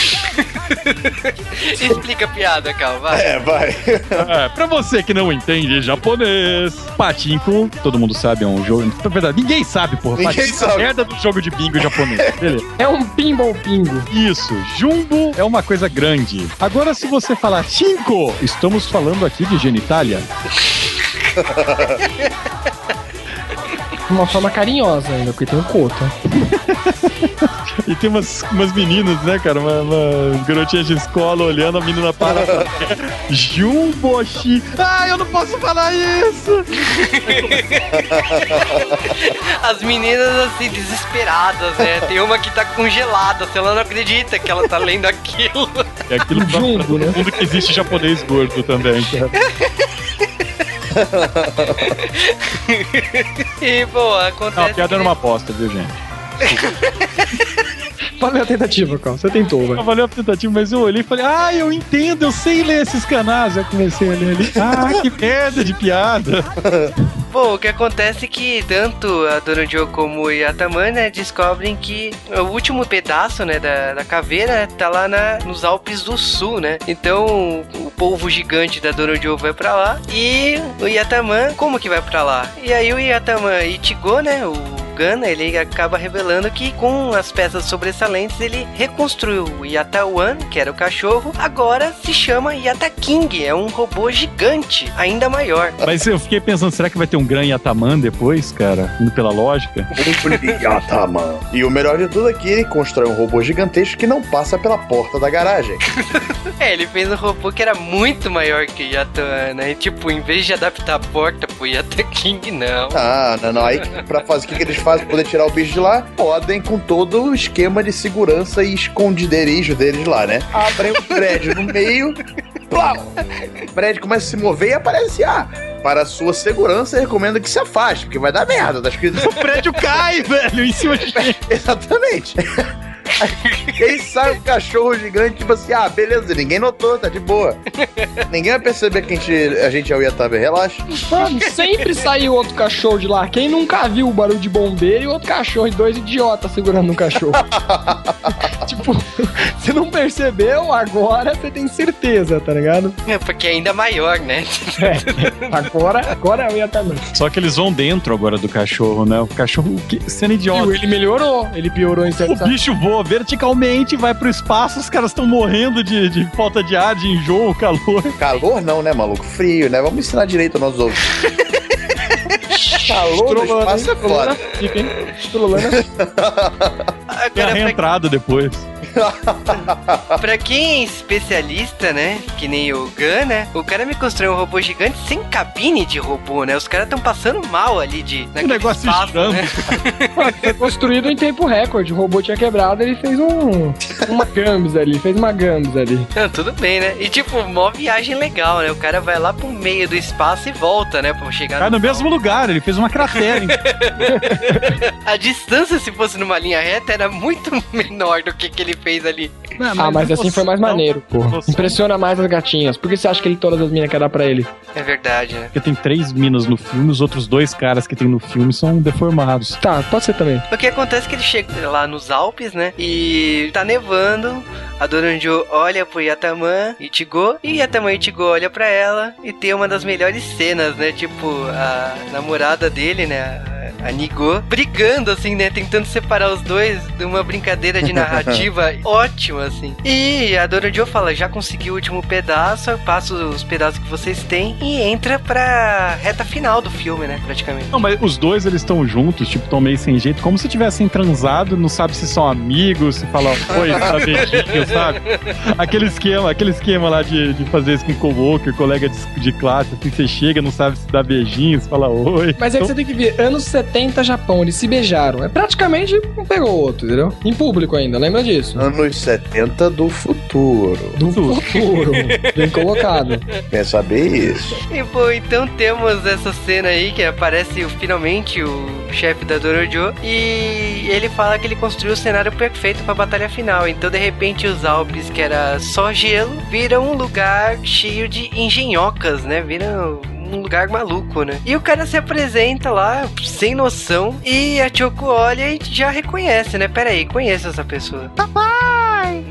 Explica a piada, Cal, vai.
É, vai.
É, pra você que não entende japonês, Pachinko, todo mundo sabe, é um jogo. Na verdade, ninguém sabe, porra.
Ninguém
Pachinko é a
sabe.
merda do jogo de bingo japonês. Beleza.
É um pinball pingo.
Isso, jumbo é uma coisa grande. Agora, se você falar cinco, estamos falando aqui de genitália.
De uma forma carinhosa ainda, porque tem um cota.
E tem umas, umas meninas, né, cara? Uma, umas garotinhas de escola olhando a menina para. Jumboshi. Ah, eu não posso falar isso!
As meninas assim, desesperadas, né? Tem uma que tá congelada, se ela não acredita que ela tá lendo aquilo.
É aquilo pra,
Jumbo,
pra todo
né?
mundo que existe japonês gordo também, cara.
E, bom,
Não,
acontece.
a piada
que-
era uma bosta, viu, gente?
Valeu a tentativa, Carl. Você tentou, velho.
Valeu a tentativa, mas eu olhei e falei, ah, eu entendo, eu sei ler esses canais. Já comecei a ler ali. Ah, que merda de piada.
Bom, o que acontece é que tanto a Dona Jo como o Yataman, né, descobrem que o último pedaço, né, da, da caveira tá lá na, nos Alpes do Sul, né? Então, o polvo gigante da Dona Jo vai pra lá e o Yataman, como que vai pra lá? E aí o Yataman Ichigo, né, o Gana, ele acaba revelando que com as peças sobressalentes ele reconstruiu o Yatawan, que era o cachorro, agora se chama Yata King, é um robô gigante, ainda maior.
Mas eu fiquei pensando, será que vai ter um Gran Yataman depois, cara? Indo pela lógica.
Yataman. E o melhor de tudo é que ele constrói um robô gigantesco que não passa pela porta da garagem.
É, ele fez um robô que era muito maior que o Yatawan, né? E tipo, em vez de adaptar a porta pro Yata King, não.
Ah, não, não. Aí, pra fazer o que, que eles fazem pra poder tirar o bicho de lá, podem com todo o esquema de segurança e esconderijo deles lá, né? Abrem um prédio no meio, plau! O prédio começa a se mover e aparece, ah, para a sua segurança, eu recomendo que se afaste, porque vai dar merda, tá escrito.
O prédio cai, velho, em cima de gente.
Exatamente. Aí sai um cachorro gigante, tipo assim, ah, beleza, ninguém notou, tá de boa. Ninguém vai perceber que a gente, a gente é o Yatabe, relaxa.
Mano, sempre saiu outro cachorro de lá. Quem nunca viu o barulho de bombeiro e outro cachorro e dois idiotas segurando um cachorro? Tipo, você não percebeu, agora você tem certeza, tá ligado?
É, porque é ainda maior, né?
É, agora, agora é o Yataman.
Só que eles vão dentro agora do cachorro, né? O cachorro que, sendo idiota.
E ele melhorou, ele piorou em certos...
O bicho voa verticalmente, vai pro espaço, os caras estão morrendo de, de falta de ar, de enjoo, calor.
Calor não, né, maluco? Frio, né? Vamos ensinar direito aos nossos outros. Calor no espaço é foda.
Tem a reentrada depois.
Pra quem é especialista, né, que nem o Gun, né, o cara me construiu um robô gigante sem cabine de robô, né, os caras tão passando mal ali de...
Um negócio
espaço,
estranho.
né?
Foi construído em tempo recorde, o robô tinha quebrado, ele fez um... uma gambis ali, fez uma gambis ali.
Não, tudo bem, né, e tipo, mó viagem legal, né, o cara vai lá pro meio do espaço e volta, né, pra chegar...
Cai no, no mesmo lugar, ele fez uma cratera.
A distância, se fosse numa linha reta, era muito menor do que que ele fez ali.
Não, mas ah, mas assim foi mais maneiro, pô. Impressiona mais as gatinhas. Por que você acha que ele todas as minas quer dar pra ele?
É verdade, né?
Porque tem três minas no filme, os outros dois caras que tem no filme são deformados.
Tá, pode ser também.
O que acontece é que ele chega lá nos Alpes, né? E tá nevando. A Dona Jo olha pro Yataman Ichigo e Yataman Ichigo olha pra ela e tem uma das melhores cenas, né? Tipo, a namorada dele, né? A Nigo brigando, assim, né? Tentando separar os dois de uma brincadeira de narrativa ótima, assim. E a Dona Jo fala, já consegui o último pedaço, passa os pedaços que vocês têm e entra pra reta final do filme, né? Praticamente.
Não, mas os dois, eles estão juntos, tipo, estão meio sem jeito, como se tivessem transado, não sabe se são amigos, se falam, oi, tá beijinho, sabe? Aquele esquema, aquele esquema lá de, de fazer isso com coworker, colega de, de classe, assim, você chega, não sabe se dá beijinho, se fala oi.
Mas é que então... você tem que ver, anos setenta Japão, eles se beijaram. É praticamente um pegou o outro, entendeu? Em público ainda, lembra disso?
Anos setenta do futuro.
Do futuro. Bem colocado.
Quer saber isso?
E bom, então temos essa cena aí que aparece finalmente o chefe da Dona Jo e ele fala que ele construiu o cenário perfeito pra batalha final. Então de repente os Alpes, que era só gelo, viram um lugar cheio de engenhocas, né? Viram um lugar maluco, né? E o cara se apresenta lá, sem noção, e a Choco olha e já reconhece, né? Pera aí, conheço essa pessoa. Papai!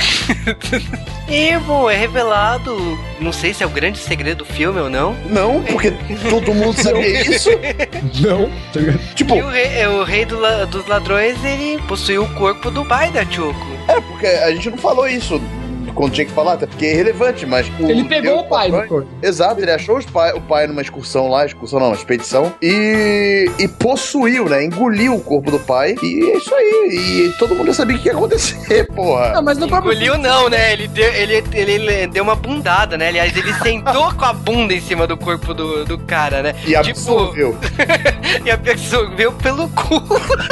E, bom, é revelado, não sei se é o grande segredo do filme ou não.
Não, porque todo mundo sabia isso.
Não.
Tipo... E o rei, o rei do, dos ladrões, ele possuiu o corpo do pai da Choco.
É, porque a gente não falou isso quando tinha que falar, até porque é irrelevante, mas... O
ele pegou o pai do corpo.
Exato, ele achou os pai, o pai numa excursão lá, excursão não, uma expedição, e, e possuiu, né, engoliu o corpo do pai, e é isso aí, e todo mundo já sabia o que ia acontecer, porra.
Não, mas no próprio...
Engoliu não, né, ele deu, ele, ele, ele deu uma bundada, né, aliás, ele sentou com a bunda em cima do corpo do, do cara, né.
E absorveu.
Tipo, e absorveu pelo cu.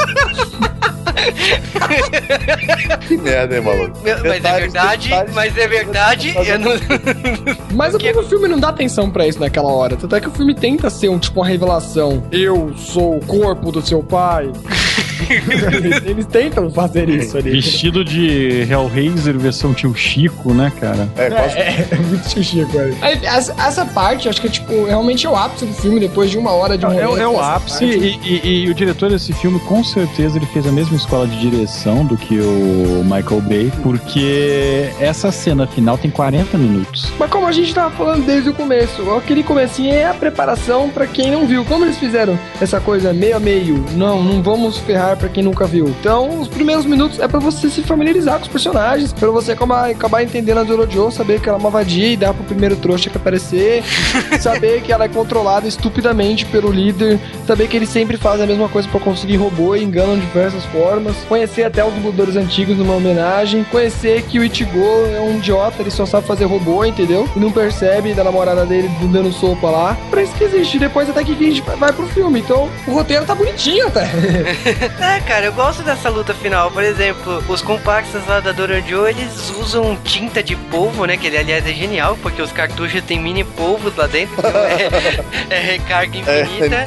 Que merda, hein, maluco?
Mas detalhes, é verdade, detalhes, mas é verdade, eu não...
Mas que... o filme não dá atenção pra isso naquela hora. Tanto é que o filme tenta ser um tipo uma revelação. Eu sou o corpo do seu pai. Eles tentam fazer isso ali.
Vestido de Hellraiser versão Tio Chico, né, cara?
É, quase...
É, é muito Tio Chico, velho. Aí, Essa, essa parte, acho que é, tipo, realmente é o ápice do filme, depois de uma hora de um
É,
rolê
é o
dessa
ápice
parte.
e, e- e o diretor desse filme, com certeza, ele fez a mesma escola de direção do que o Michael Bay, porque essa cena final tem quarenta minutos.
Mas como a gente tava falando desde o começo, aquele comecinho é a preparação pra quem não viu. Como eles fizeram essa coisa meio a meio? Não, não vamos ferrar pra quem nunca viu. Então, os primeiros minutos é pra você se familiarizar com os personagens, pra você acabar, acabar entendendo a Zoro Joe, saber que ela é uma vadia e dar pro primeiro trouxa que aparecer, saber que ela é controlada estupidamente pelo líder, saber que eles sempre fazem a mesma coisa pra conseguir robô e enganam de diversas formas, conhecer até os dubladores antigos numa homenagem, conhecer que o Ichigo é um idiota, ele só sabe fazer robô, entendeu? E não percebe da namorada dele dando sopa lá. Pra isso que existe. Depois até que a gente vai pro filme. Então, o roteiro tá bonitinho até.
É, cara, eu gosto dessa luta final. Por exemplo, os compactos lá da Dorojo, eles usam tinta de polvo, né? Que ele, aliás, é genial, porque os cartuchos tem mini polvos lá dentro. Então é, é recarga infinita.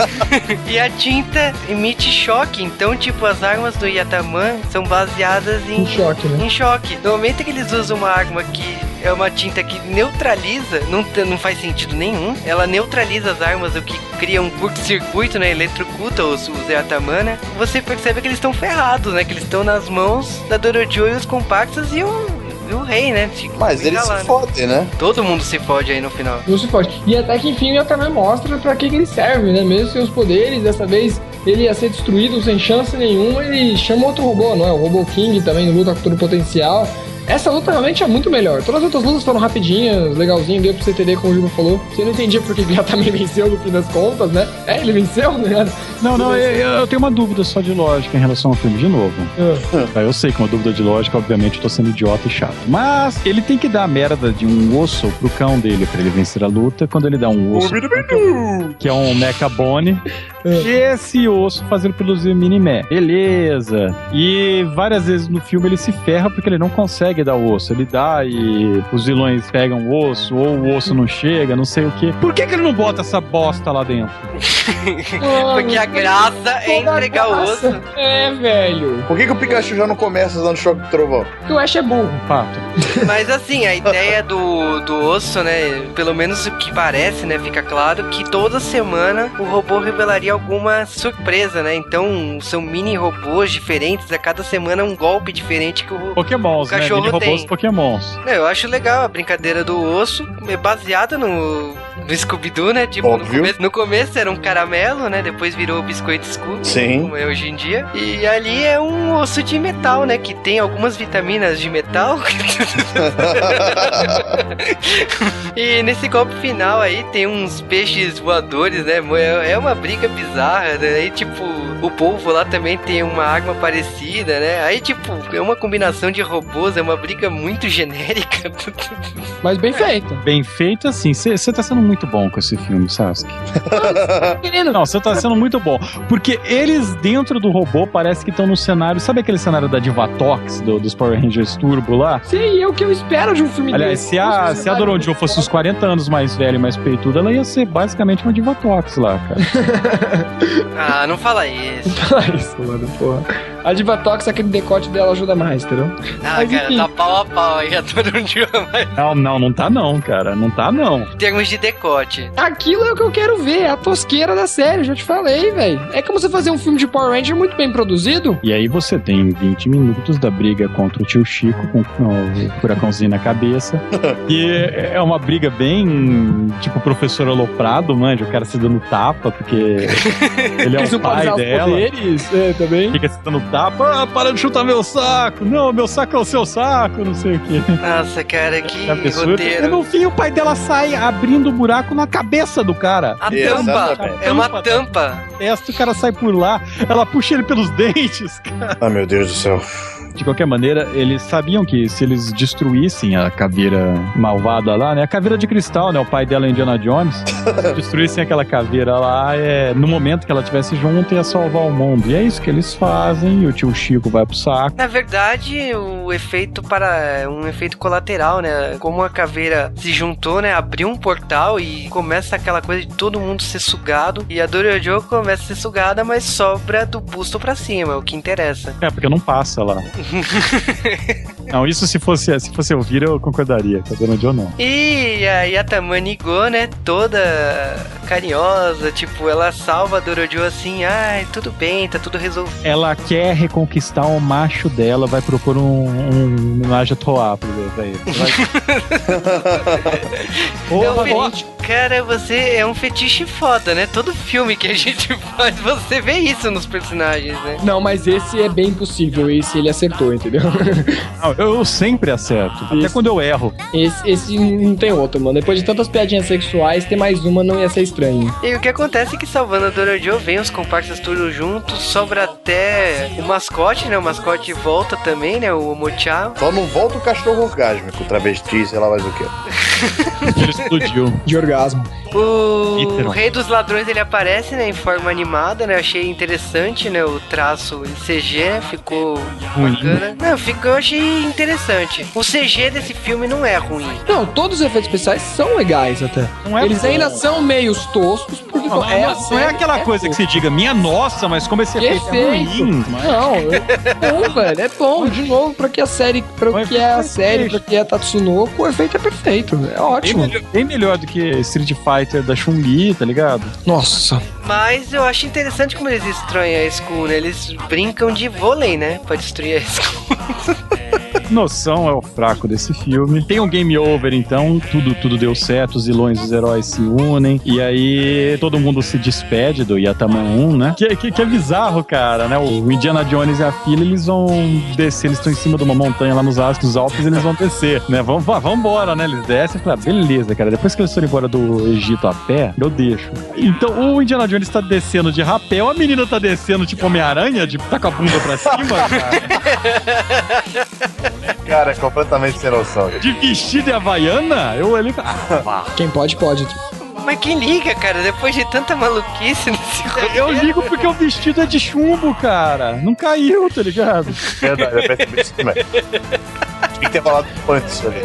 E a tinta emite choque. Então, tipo, as armas do Yataman são baseadas em,
Em choque, né?
em choque. No momento que eles usam uma arma que é uma tinta que neutraliza, não, te- não faz sentido nenhum. Ela neutraliza as armas, o que cria um curto-circuito, né? Eletrocuta os, os Yataman, né? Você percebe que eles estão ferrados, né? Que eles estão nas mãos da Dorojo e os compactos e o, e o rei, né? Fica-
Mas
fica
eles
lá,
se
né?
fodem, né?
Todo mundo se fode aí no final.
Não se pode. E até que enfim, ele também mostra pra que, que ele serve, né? Mesmo sem os poderes, dessa vez ele ia ser destruído sem chance nenhuma. Ele chama outro robô, não é? O Robô King também luta com todo o potencial. Essa luta realmente é muito melhor. Todas as outras lutas foram rapidinhas, legalzinho, deu pra você entender como o Juba falou. Você não entendia porque ele já também venceu no fim das contas, né? É, ele venceu, né?
Não, não, eu, eu tenho uma dúvida só de lógica em relação ao filme, de novo.
Ah.
Tá, eu sei que uma dúvida de lógica, obviamente, eu tô sendo idiota e chato. Mas ele tem que dar a merda de um osso pro cão dele pra ele vencer a luta. Quando ele dá um osso, que é um Mecha Bone, e esse osso fazendo produzir Mini-Me. Beleza. E várias vezes no filme ele se ferra porque ele não consegue dar o osso. Ele dá e os vilões pegam o osso, ou o osso não chega, não sei o quê. Por que que ele não bota essa bosta lá dentro?
Porque a graça é entregar o osso.
É, velho.
Por que, que o Pikachu já não começa dando choque de trovão?
Porque o Ash é burro.
Fato.
Mas assim, a ideia do, do osso, né? Pelo menos o que parece, né? Fica claro que toda semana o robô revelaria alguma surpresa, né? Então são mini robôs diferentes. A cada semana um golpe diferente que o,
Pokémons,
o
né?
cachorro
Mini robôs
tem.
Pokémons.
É, eu acho legal a brincadeira do osso, é baseada no, no Scooby-Doo, né? Tipo, no
Óbvio.
começo, no começo era um caramelo, né? Depois virou biscoito Scooby,
Sim.
como é hoje em dia. E ali é um osso de metal, né? Que tem algumas vitaminas de metal. E nesse golpe final aí tem uns peixes voadores, né? É é uma briga bizarra, né? Aí, tipo, o povo lá também tem uma arma parecida, né? Aí, tipo, é uma combinação de robôs, é uma briga muito genérica.
Mas bem feito.
Bem feito assim. Você tá sendo muito bom com esse filme, Sasuke.
Menino,
Não, você tá sendo muito bom. Porque eles dentro do robô parece que estão no cenário. Sabe aquele cenário da Divatox, do, dos Power Rangers Turbo lá?
sei, é o que eu espero de um filme
Aliás,
desse.
se a, se a Dorojo fosse uns quarenta anos mais velha e mais peituda, ela ia ser basicamente uma Divatox lá, cara.
Ah, não fala isso.
Isso, mano, porra. A Divatox, aquele decote dela ajuda mais, entendeu?
Ah,
Mas,
cara,
enfim.
tá pau a pau aí, a todo dia mais.
Não, não, não tá não, cara. Não tá não.
Em termos de decote.
Aquilo é o que eu quero ver, é a tosqueira da série, já te falei, velho. É como você fazer um filme de Power Ranger muito bem produzido.
E aí você tem vinte minutos da briga contra o tio Chico com o furacãozinho na cabeça. E é uma briga bem tipo professor aloprado, manja, o cara se dando tapa, porque ele é
Eles
o
não podem
pai
usar os
dela.
poderes, é, também.
Fica se dando tapa, ah, para de chutar meu saco. Não, meu saco é o seu saco, não sei o quê.
Nossa, cara, que
É absurdo. E
roteiro.
no fim o pai dela sai abrindo um buraco na cabeça do cara.
A
Exatamente.
tampa. É uma tampa.
Testa, o cara sai por lá, ela puxa ele pelos dentes, cara.
Ah, meu Deus do céu.
De qualquer maneira, eles sabiam que se eles destruíssem a caveira malvada lá, né? A caveira de cristal, né? O pai dela é Indiana Jones. Se destruíssem aquela caveira lá, é, no momento que ela estivesse junto, ia salvar o mundo. E é isso que eles fazem, e o tio Chico vai pro saco.
Na verdade, o efeito para um efeito colateral, né? Como a caveira se juntou, né? Abriu um portal e começa aquela coisa de todo mundo ser sugado. E a Dorojo começa a ser sugada, mas sobra do busto pra cima, é o que interessa.
É, porque não passa lá. Não, isso se fosse, se fosse ouvir, eu concordaria. Com a Dona Jo, não.
E a Yatamani Go, né? Toda carinhosa, tipo, ela salva a Dorojo assim, ai, tudo bem, tá tudo resolvido.
Ela quer reconquistar o macho dela, vai propor um, um Naja Toa pra ele.
Ô, cara, você é um fetiche foda, né? Todo filme que a gente faz, você vê isso nos personagens, né?
Não, mas esse é bem possível, esse ele acertou, entendeu?
Não, eu sempre acerto,
Isso.
até quando eu erro.
Esse, esse não tem outro, mano. Depois de tantas piadinhas sexuais, ter mais uma não ia ser estranho.
E o que acontece é que salvando a Dorojo, vem os comparsas todos juntos, sobra até o mascote, né? O mascote volta também, né? O Omocha.
Só não volta o cachorro orgásmico, travesti, sei lá mais o que.
Ele explodiu.
De orgasmo.
O... o Rei dos Ladrões, ele aparece, né? Em forma animada, né? Achei interessante, né? O traço em C G, né? Ficou
Ruim.
bacana. Não, ficou, eu achei interessante. O C G desse filme não é ruim.
Não, todos os efeitos especiais são legais até.
Não é
Eles
bom.
ainda são meio toscos, porque
Não, não,
é,
não, não é aquela coisa que você diga, minha nossa, mas como esse
Que
efeito é
efeito.
ruim. Mas...
Não, é bom, velho. É bom. De novo, pra que a série, pra
Mas
que é a
perfeito.
série, pra que é Tatsunoko, o efeito é perfeito. É
Bem
ótimo.
melhor, bem melhor do que Street Fighter da Chun-Li, tá ligado?
Nossa.
Mas eu acho interessante como eles destroem a Skull, né? Eles brincam de vôlei, né? Pra destruir a Skull.
Noção é o fraco desse filme. Tem um game over, então, tudo, tudo deu certo, os vilões e os heróis se unem, e aí todo mundo se despede do Yataman um, né? Que, que, que é bizarro, cara, né? O Indiana Jones e a filha, eles vão descer, eles estão em cima de uma montanha lá nos Alpes, nos Alpes eles vão descer, né? Vamos, vamos embora, né? Eles descem e falam, ah, beleza, cara, depois que eles forem embora do Egito a pé, eu deixo. Então, o Indiana Jones tá descendo de rapel, a menina tá descendo tipo Homem-Aranha, tipo, tá com a bunda pra cima, cara.
Cara, é completamente sem noção.
De vestido e havaiana, eu olhei e falei, ah, vá.
Quem pode, pode.
Mas quem liga, cara? Depois de tanta maluquice nesse
Eu ligo porque o vestido é de chumbo, cara. Não caiu, tá ligado?
Verdade, eu percebi isso também. Tinha que ter falado antes ali.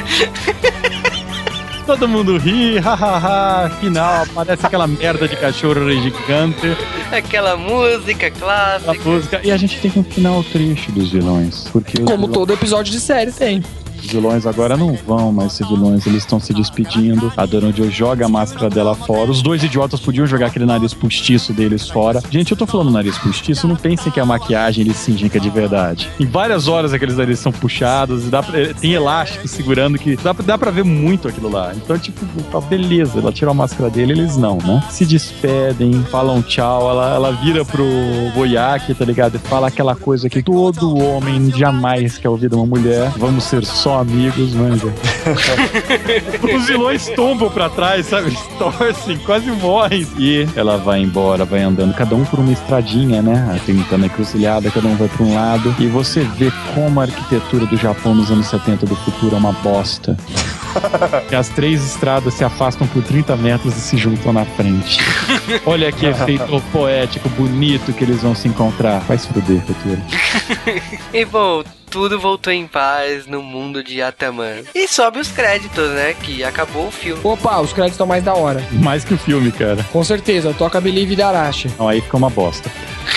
Todo mundo ri, hahaha, final, aparece aquela merda de cachorro gigante,
Aquela música
a
clássica.
música, e a gente tem um final triste dos vilões, porque os
Como
vilões,
todo episódio de série tem.
os vilões agora não vão mais ser vilões, eles estão se despedindo, a Dona Jo joga a máscara dela fora, os dois idiotas podiam jogar aquele nariz postiço deles fora. Gente, eu tô falando nariz postiço, não pensem que a maquiagem eles se indica de verdade. Em várias horas aqueles narizes são puxados, e dá pra, tem elástico segurando, que dá, dá pra ver muito aquilo lá. Então, tipo, tá, beleza, ela tirou a máscara dele, eles não, né? Se despedem, falam tchau, ela, ela vira pro Boyaki, tá ligado? E fala aquela coisa que todo homem jamais quer ouvir de uma mulher, vamos ser só amigos, manja. Os vilões tombam pra trás, sabe? Eles torcem, quase morrem. E ela vai embora, vai andando, cada um por uma estradinha, né? Tentando a encruzilhada, cada um vai pra um lado. E você vê como a arquitetura do Japão nos anos setenta do futuro é uma bosta. E as três estradas se afastam por trinta metros e se juntam na frente. Olha que efeito poético, bonito que eles vão se encontrar. Vai se fuder, futuro.
E bom, tudo voltou em paz no mundo de Yataman. E sobe os créditos, né? Que acabou o filme.
Opa, os créditos estão mais da hora.
Mais que o filme, cara.
Com certeza, toca Believe da Arashi.
Não, aí fica uma bosta.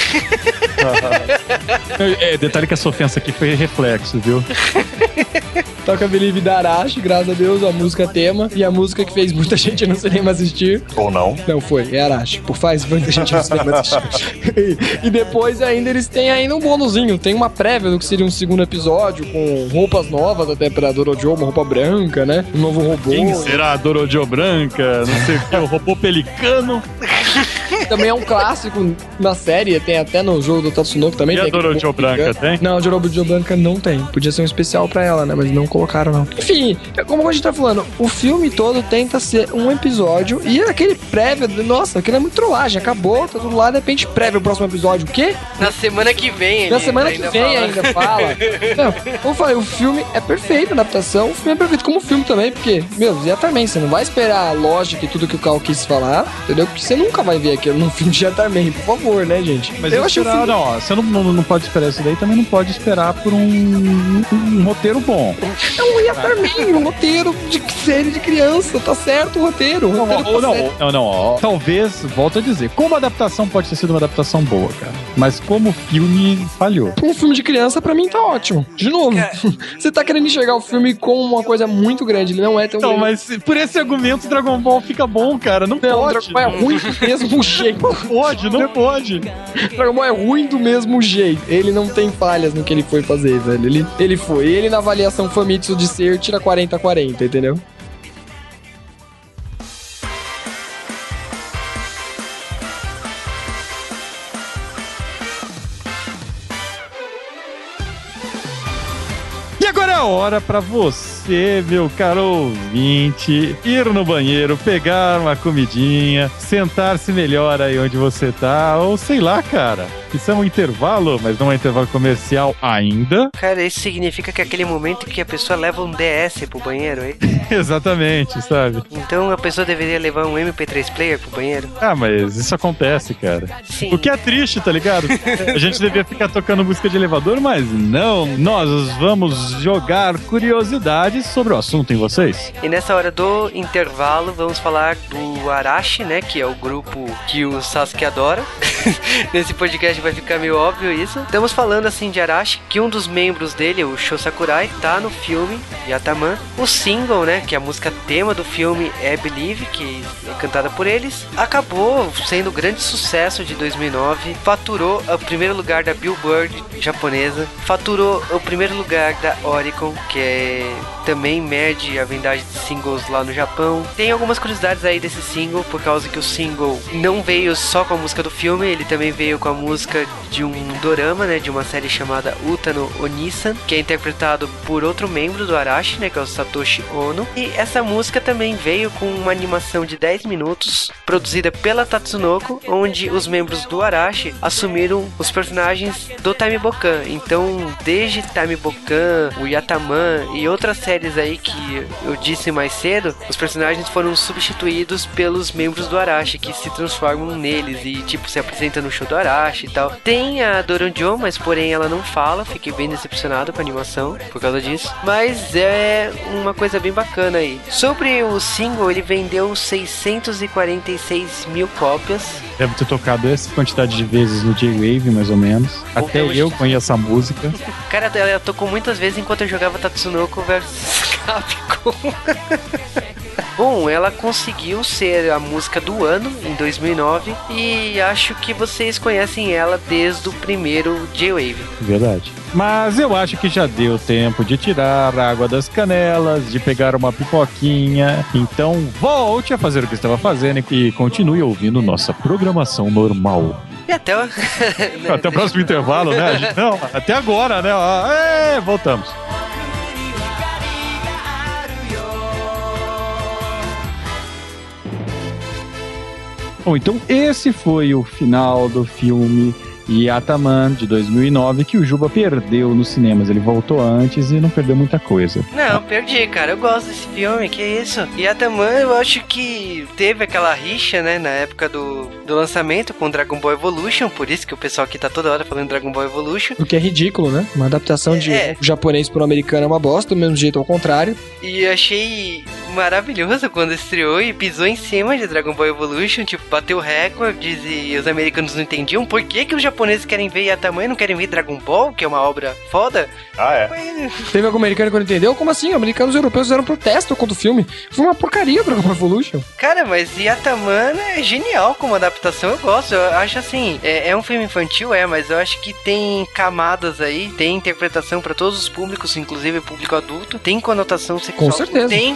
É, detalhe que essa ofensa aqui foi reflexo, viu?
Toca Believe da Arashi, graças a Deus, a música tema. E a música que fez muita gente no cinema assistir.
Ou não.
Não foi, é Arashi. Por faz muita gente no cinema assistir. e, e depois ainda eles têm ainda um bônusinho. Tem uma prévia do que seria um segundo episódio com roupas novas até pra Dorojo, uma roupa branca, né? Um novo robô.
Quem será a Dorojo branca? Não sei o que, o robô pelicano.
Também é um clássico na série, tem até no jogo do Tatsunoko também.
E
tem
a Dorojo Branca tem?
Não, a Dorojo Branca não tem. Podia ser um especial pra ela, né? Mas não colocaram, não. Enfim, como a gente tá falando, o filme todo tenta ser um episódio e aquele prévio, nossa, aquilo é muito trollagem. Acabou, tá tudo lá, de repente prévio o próximo episódio. O quê?
Na semana que vem,
Na
ele
semana que
ainda
vem
fala.
ainda fala. Não, como eu falei, o filme é perfeito, a adaptação. O filme é perfeito como filme também, porque, meu, exatamente, você não vai esperar a lógica e tudo que o Cal quis falar, entendeu? Porque você nunca vai ver aquilo num filme de Yatarman, por favor, né, gente?
Mas
eu
eu
acho o
esperar,
filme...
não, ó, você não, não, não pode esperar isso daí, também não pode esperar por um, um, um roteiro bom.
É um Yatarman, um roteiro de série de criança, tá certo o roteiro. O
Não,
roteiro tá
ou não,
certo.
não, não, ó, talvez, volto a dizer, como adaptação pode ter sido uma adaptação boa, cara, mas como filme falhou.
Um filme de criança, pra mim, tá ótimo. De novo, você tá querendo enxergar o filme como uma coisa muito grande, ele não é tão
Então,
grande.
mas por esse argumento Dragon Ball fica bom, cara, não,
Não,
pode.
Dragon Ball é ruim do mesmo jeito.
Não pode, não pode.
Dragon Ball é ruim do mesmo jeito. Ele não tem falhas no que ele foi fazer, velho. Ele, ele foi. Ele na avaliação Famitsu de ser tira quarenta a quarenta, entendeu?
E agora é a hora pra você, meu caro ouvinte, ir no banheiro, pegar uma comidinha, sentar-se melhor aí onde você tá, ou sei lá, cara. Isso é um intervalo, mas não é um intervalo comercial ainda.
Cara, isso significa que é aquele momento que a pessoa leva um D S pro banheiro, hein?
Exatamente, sabe?
Então a pessoa deveria levar um M P três player pro banheiro?
Ah, mas isso acontece, cara.
Sim.
O que é triste, tá ligado? A gente devia ficar tocando música de elevador, mas não. Nós vamos jogar curiosidades sobre o assunto em vocês.
E nessa hora do intervalo, vamos falar do Arashi, né? Que é o grupo que o Sasuke adora. Nesse podcast vai ficar meio óbvio isso. Estamos falando assim de Arashi, que um dos membros dele, o Sho Sakurai, tá no filme Yataman. O single, né? Que a música tema do filme é Believe, que é cantada por eles. Acabou sendo um grande sucesso de dois mil e nove. Faturou o primeiro lugar da Billboard japonesa. Faturou o primeiro lugar da Oricon, que é também mede a vendagem de singles lá no Japão. Tem algumas curiosidades aí desse single, por causa que o single não veio só com a música do filme, ele também veio com a música de um dorama, né, de uma série chamada Utano Onisan, que é interpretado por outro membro do Arashi, né, que é o Satoshi Ono. E essa música também veio com uma animação de dez minutos, produzida pela Tatsunoko, onde os membros do Arashi assumiram os personagens do Time Bokan. Então, desde Time Bokan, o Yataman e outras séries aí que eu disse mais cedo, os personagens foram substituídos pelos membros do Arashi, que se transformam neles e, tipo, se apresenta no show do Arashi e tal. Tem a Doronjo, mas porém ela não fala, fiquei bem decepcionado com a animação por causa disso, mas é uma coisa bem bacana aí. Sobre o single, ele vendeu seiscentos e quarenta e seis mil cópias.
Deve ter tocado essa quantidade de vezes no J-Wave, mais ou menos. Até
Voltamos.
eu conheço a música.
Cara, ela tocou muitas vezes enquanto eu jogava Tatsunoko versus Capcom. Bom, ela conseguiu ser a música do ano em dois mil e nove e acho que vocês conhecem ela desde o primeiro J-Wave.
Verdade. Mas eu acho que já deu tempo de tirar a água das canelas, de pegar uma pipoquinha. Então volte a fazer o que estava fazendo e continue ouvindo nossa programação normal.
E até o...
Até o próximo intervalo, né? A gente- Não, até agora, né? Ah, é, voltamos. Bom, então esse foi o final do filme Yataman, de dois mil e nove, que o Juba perdeu nos cinemas. Ele voltou antes e não perdeu muita coisa.
Não, perdi, cara. Eu gosto desse filme, que isso. E Yataman, eu acho que teve aquela rixa, né, na época do, do lançamento com Dragon Ball Evolution, por isso que o pessoal aqui tá toda hora falando Dragon Ball Evolution.
O que é ridículo, né? Uma adaptação de
É.
japonês pro americano é uma bosta, do mesmo jeito ao contrário.
E eu achei maravilhoso quando estreou e pisou em cima de Dragon Ball Evolution, tipo, bateu recordes e os americanos não entendiam por que que os japoneses querem ver Yataman e não querem ver Dragon Ball, que é uma obra foda.
Ah, é?
Mas,
Teve algum americano que não entendeu? Como assim? Americanos e europeus fizeram protesto contra o filme. Foi uma porcaria Dragon Ball Evolution.
cara, mas Yataman é genial como adaptação, eu gosto. Eu acho assim, é, é um filme infantil, é, mas eu acho que tem camadas aí, tem interpretação pra todos os públicos, inclusive público adulto, tem conotação sexual
Com certeza.
o tempo todo.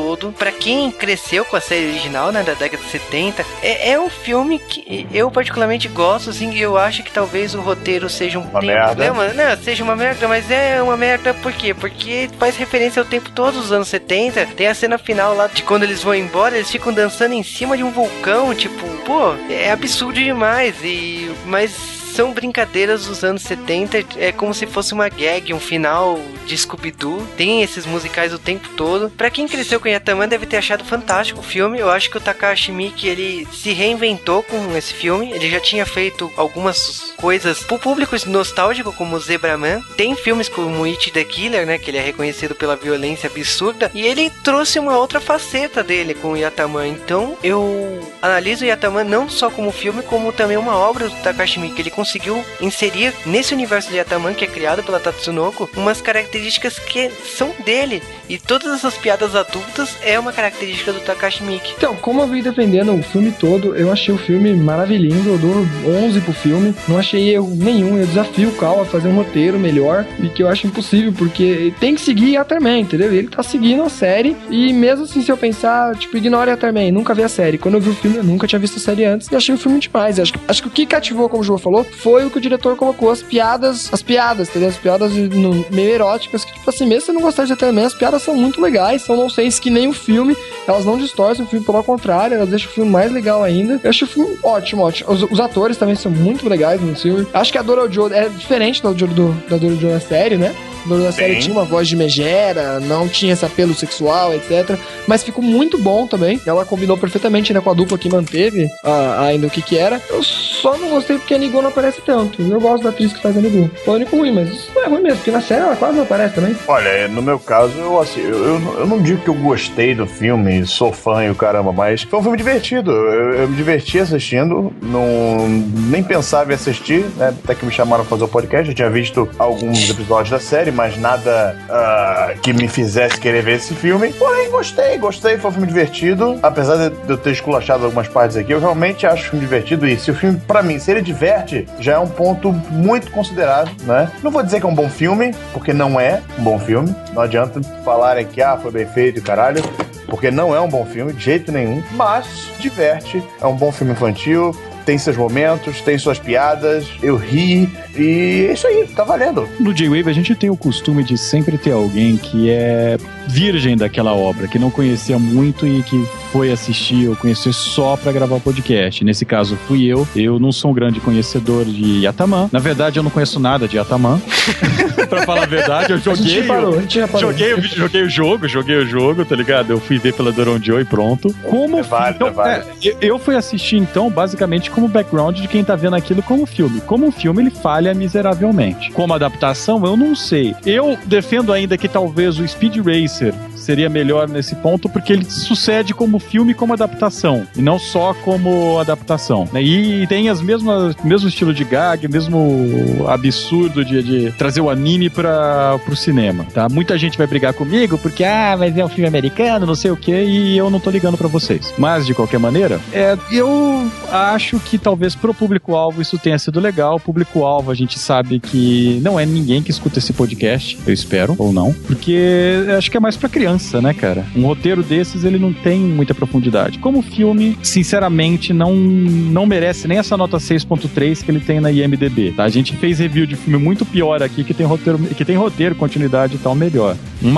todo. Pra quem cresceu com a série original, né, da década de setenta, é, é um filme que eu particularmente gosto, assim, e eu acho que talvez o roteiro seja um
Uma
tem um
merda.
problema. Não, seja uma merda, mas é uma merda por quê? Porque faz referência ao tempo todo dos anos setenta. Tem a cena final lá de quando eles vão embora, eles ficam dançando em cima de um vulcão, tipo, pô, é absurdo demais. E mas são brincadeiras dos anos setenta, é como se fosse uma gag, um final de Scooby-Doo. Tem esses musicais o tempo todo. Pra quem cresceu com Yataman, deve ter achado fantástico o filme. Eu acho que o Takashi Miike, ele se reinventou com esse filme. Ele já tinha feito algumas coisas pro público nostálgico, como Zebraman. Tem filmes como It the Killer, né, que ele é reconhecido pela violência absurda. E ele trouxe uma outra faceta dele com o Yataman. Então, eu analiso o Yataman não só como filme, como também uma obra do Takashi Miike. Ele conseguiu inserir nesse universo de Yataman, que é criado pela Tatsunoko, umas características que são dele. E todas essas piadas adultas é uma característica do Takashi Miike.
Então, como eu vim defendendo o filme todo, eu achei o filme maravilhoso. Eu dou onze pro filme. Não achei erro nenhum. Eu desafio o Cal a fazer um roteiro melhor, e que eu acho impossível, porque tem que seguir Yatterman, entendeu? Ele tá seguindo a série, e mesmo assim, se eu pensar, tipo, ignora Yatterman, nunca vi a série. Quando eu vi o filme, eu nunca tinha visto a série antes, e achei o filme demais. Acho, acho que o que cativou, como o João falou, foi o que o diretor colocou, as piadas, as piadas, entendeu? As piadas no, meio eróticas, que tipo assim, mesmo se você não gostar de Yatterman, as piadas são muito legais, são nonsense que nem o filme, elas não distorcem o filme, pelo contrário, elas deixam o filme mais legal ainda. Eu acho o filme ótimo, ótimo. Os, os atores também são muito legais no filme. Acho que a Dora Jo é diferente da Dora do, da Dora Jo na série, né? A Dora na série tinha uma voz de megera, não tinha esse apelo sexual, etcétera. Mas ficou muito bom também. Ela combinou perfeitamente, né, com a dupla que manteve a, ainda o que que era. Eu só não gostei porque a Nigo não aparece tanto. Eu gosto da atriz que faz a Nigo. Foi o único ruim, mas isso não é ruim mesmo, porque na série ela quase não aparece também.
Olha, no meu caso, eu, assim, eu, eu, eu não digo que eu gostei do filme, sou fã e o caramba, mas foi um filme divertido. Eu, eu me diverti assistindo, não, nem pensava em assistir, né? Até que me chamaram pra fazer o podcast. Eu tinha visto alguns episódios da série, mas nada uh, que me fizesse querer ver esse filme. Porém, gostei, gostei, foi um filme divertido. Apesar de eu ter esculachado algumas partes aqui, eu realmente acho o filme divertido. E se o filme, pra mim, se ele diverte, já é um ponto muito considerável, né? Não vou dizer que é um bom filme, porque não é um bom filme. Não adianta falarem que, ah, foi bem feito e caralho, porque não é um bom filme, de jeito nenhum. Mas diverte, é um bom filme infantil, tem seus momentos, tem suas piadas, eu ri, e é isso aí, tá valendo.
No J-Wave a gente tem o costume de sempre ter alguém que é virgem daquela obra, que não conhecia muito e que foi assistir ou conhecer só pra gravar o podcast. Nesse caso fui eu, eu não sou um grande conhecedor de Yataman, na verdade eu não conheço nada de Yataman. Pra falar a verdade, eu joguei,
parou,
o, joguei, o, joguei o jogo, joguei o jogo, tá ligado? Eu fui ver pela Doronjo e pronto. Como
é válido,
então,
é válido.
É, eu fui assistir então, basicamente, como background de quem tá vendo aquilo como filme. Como um filme, ele falha miseravelmente. Como adaptação, eu não sei. Eu defendo ainda que talvez o Speed Racer seria melhor nesse ponto, porque ele sucede como filme e como adaptação, e não só como adaptação, né? E tem as mesmas, mesmo estilo de gag, mesmo absurdo de, de trazer o anime para pro cinema, tá? Muita gente vai brigar comigo porque, ah, mas é um filme americano, não sei o que, e eu não tô ligando pra vocês. Mas, de qualquer maneira, é, eu acho que talvez pro público-alvo isso tenha sido legal. O público-alvo, a gente sabe que não é ninguém que escuta esse podcast, eu espero, ou não, porque acho que é mais pra criança, né, cara? Um roteiro desses, ele não tem muita profundidade. Como filme, sinceramente, não, não merece nem essa nota seis ponto três que ele tem na I M D B, tá? A gente fez review de filme muito pior aqui, que tem roteiro, que tem roteiro, continuidade e tal, melhor.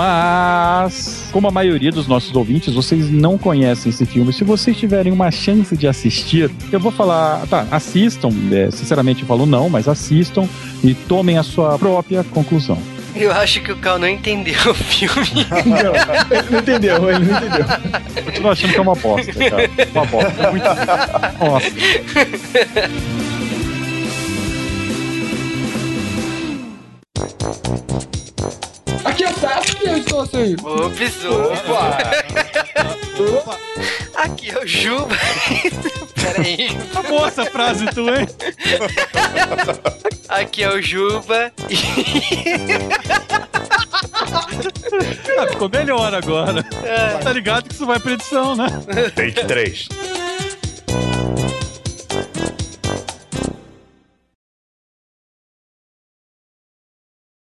Mas, como a maioria dos nossos ouvintes, vocês não conhecem esse filme. Se vocês tiverem uma chance de assistir, eu vou falar, tá, assistam, é, sinceramente eu falo não, mas assistam e tomem a sua própria conclusão.
Eu acho que o Cal não entendeu o filme.
Não, ele não entendeu, ele não entendeu.
Eu continuo achando que é uma bosta, cara. Uma bosta. É muito... Nossa.
Aqui é o Sasuke, eu estou assim.
Ops, opa.
Opa.
Aqui é o Juba. Peraí.
Acabou essa frase, tu, hein?
Aqui é o Juba.
Ah, ficou melhor agora.
É.
Tá ligado que isso vai pra edição, né?
Take três.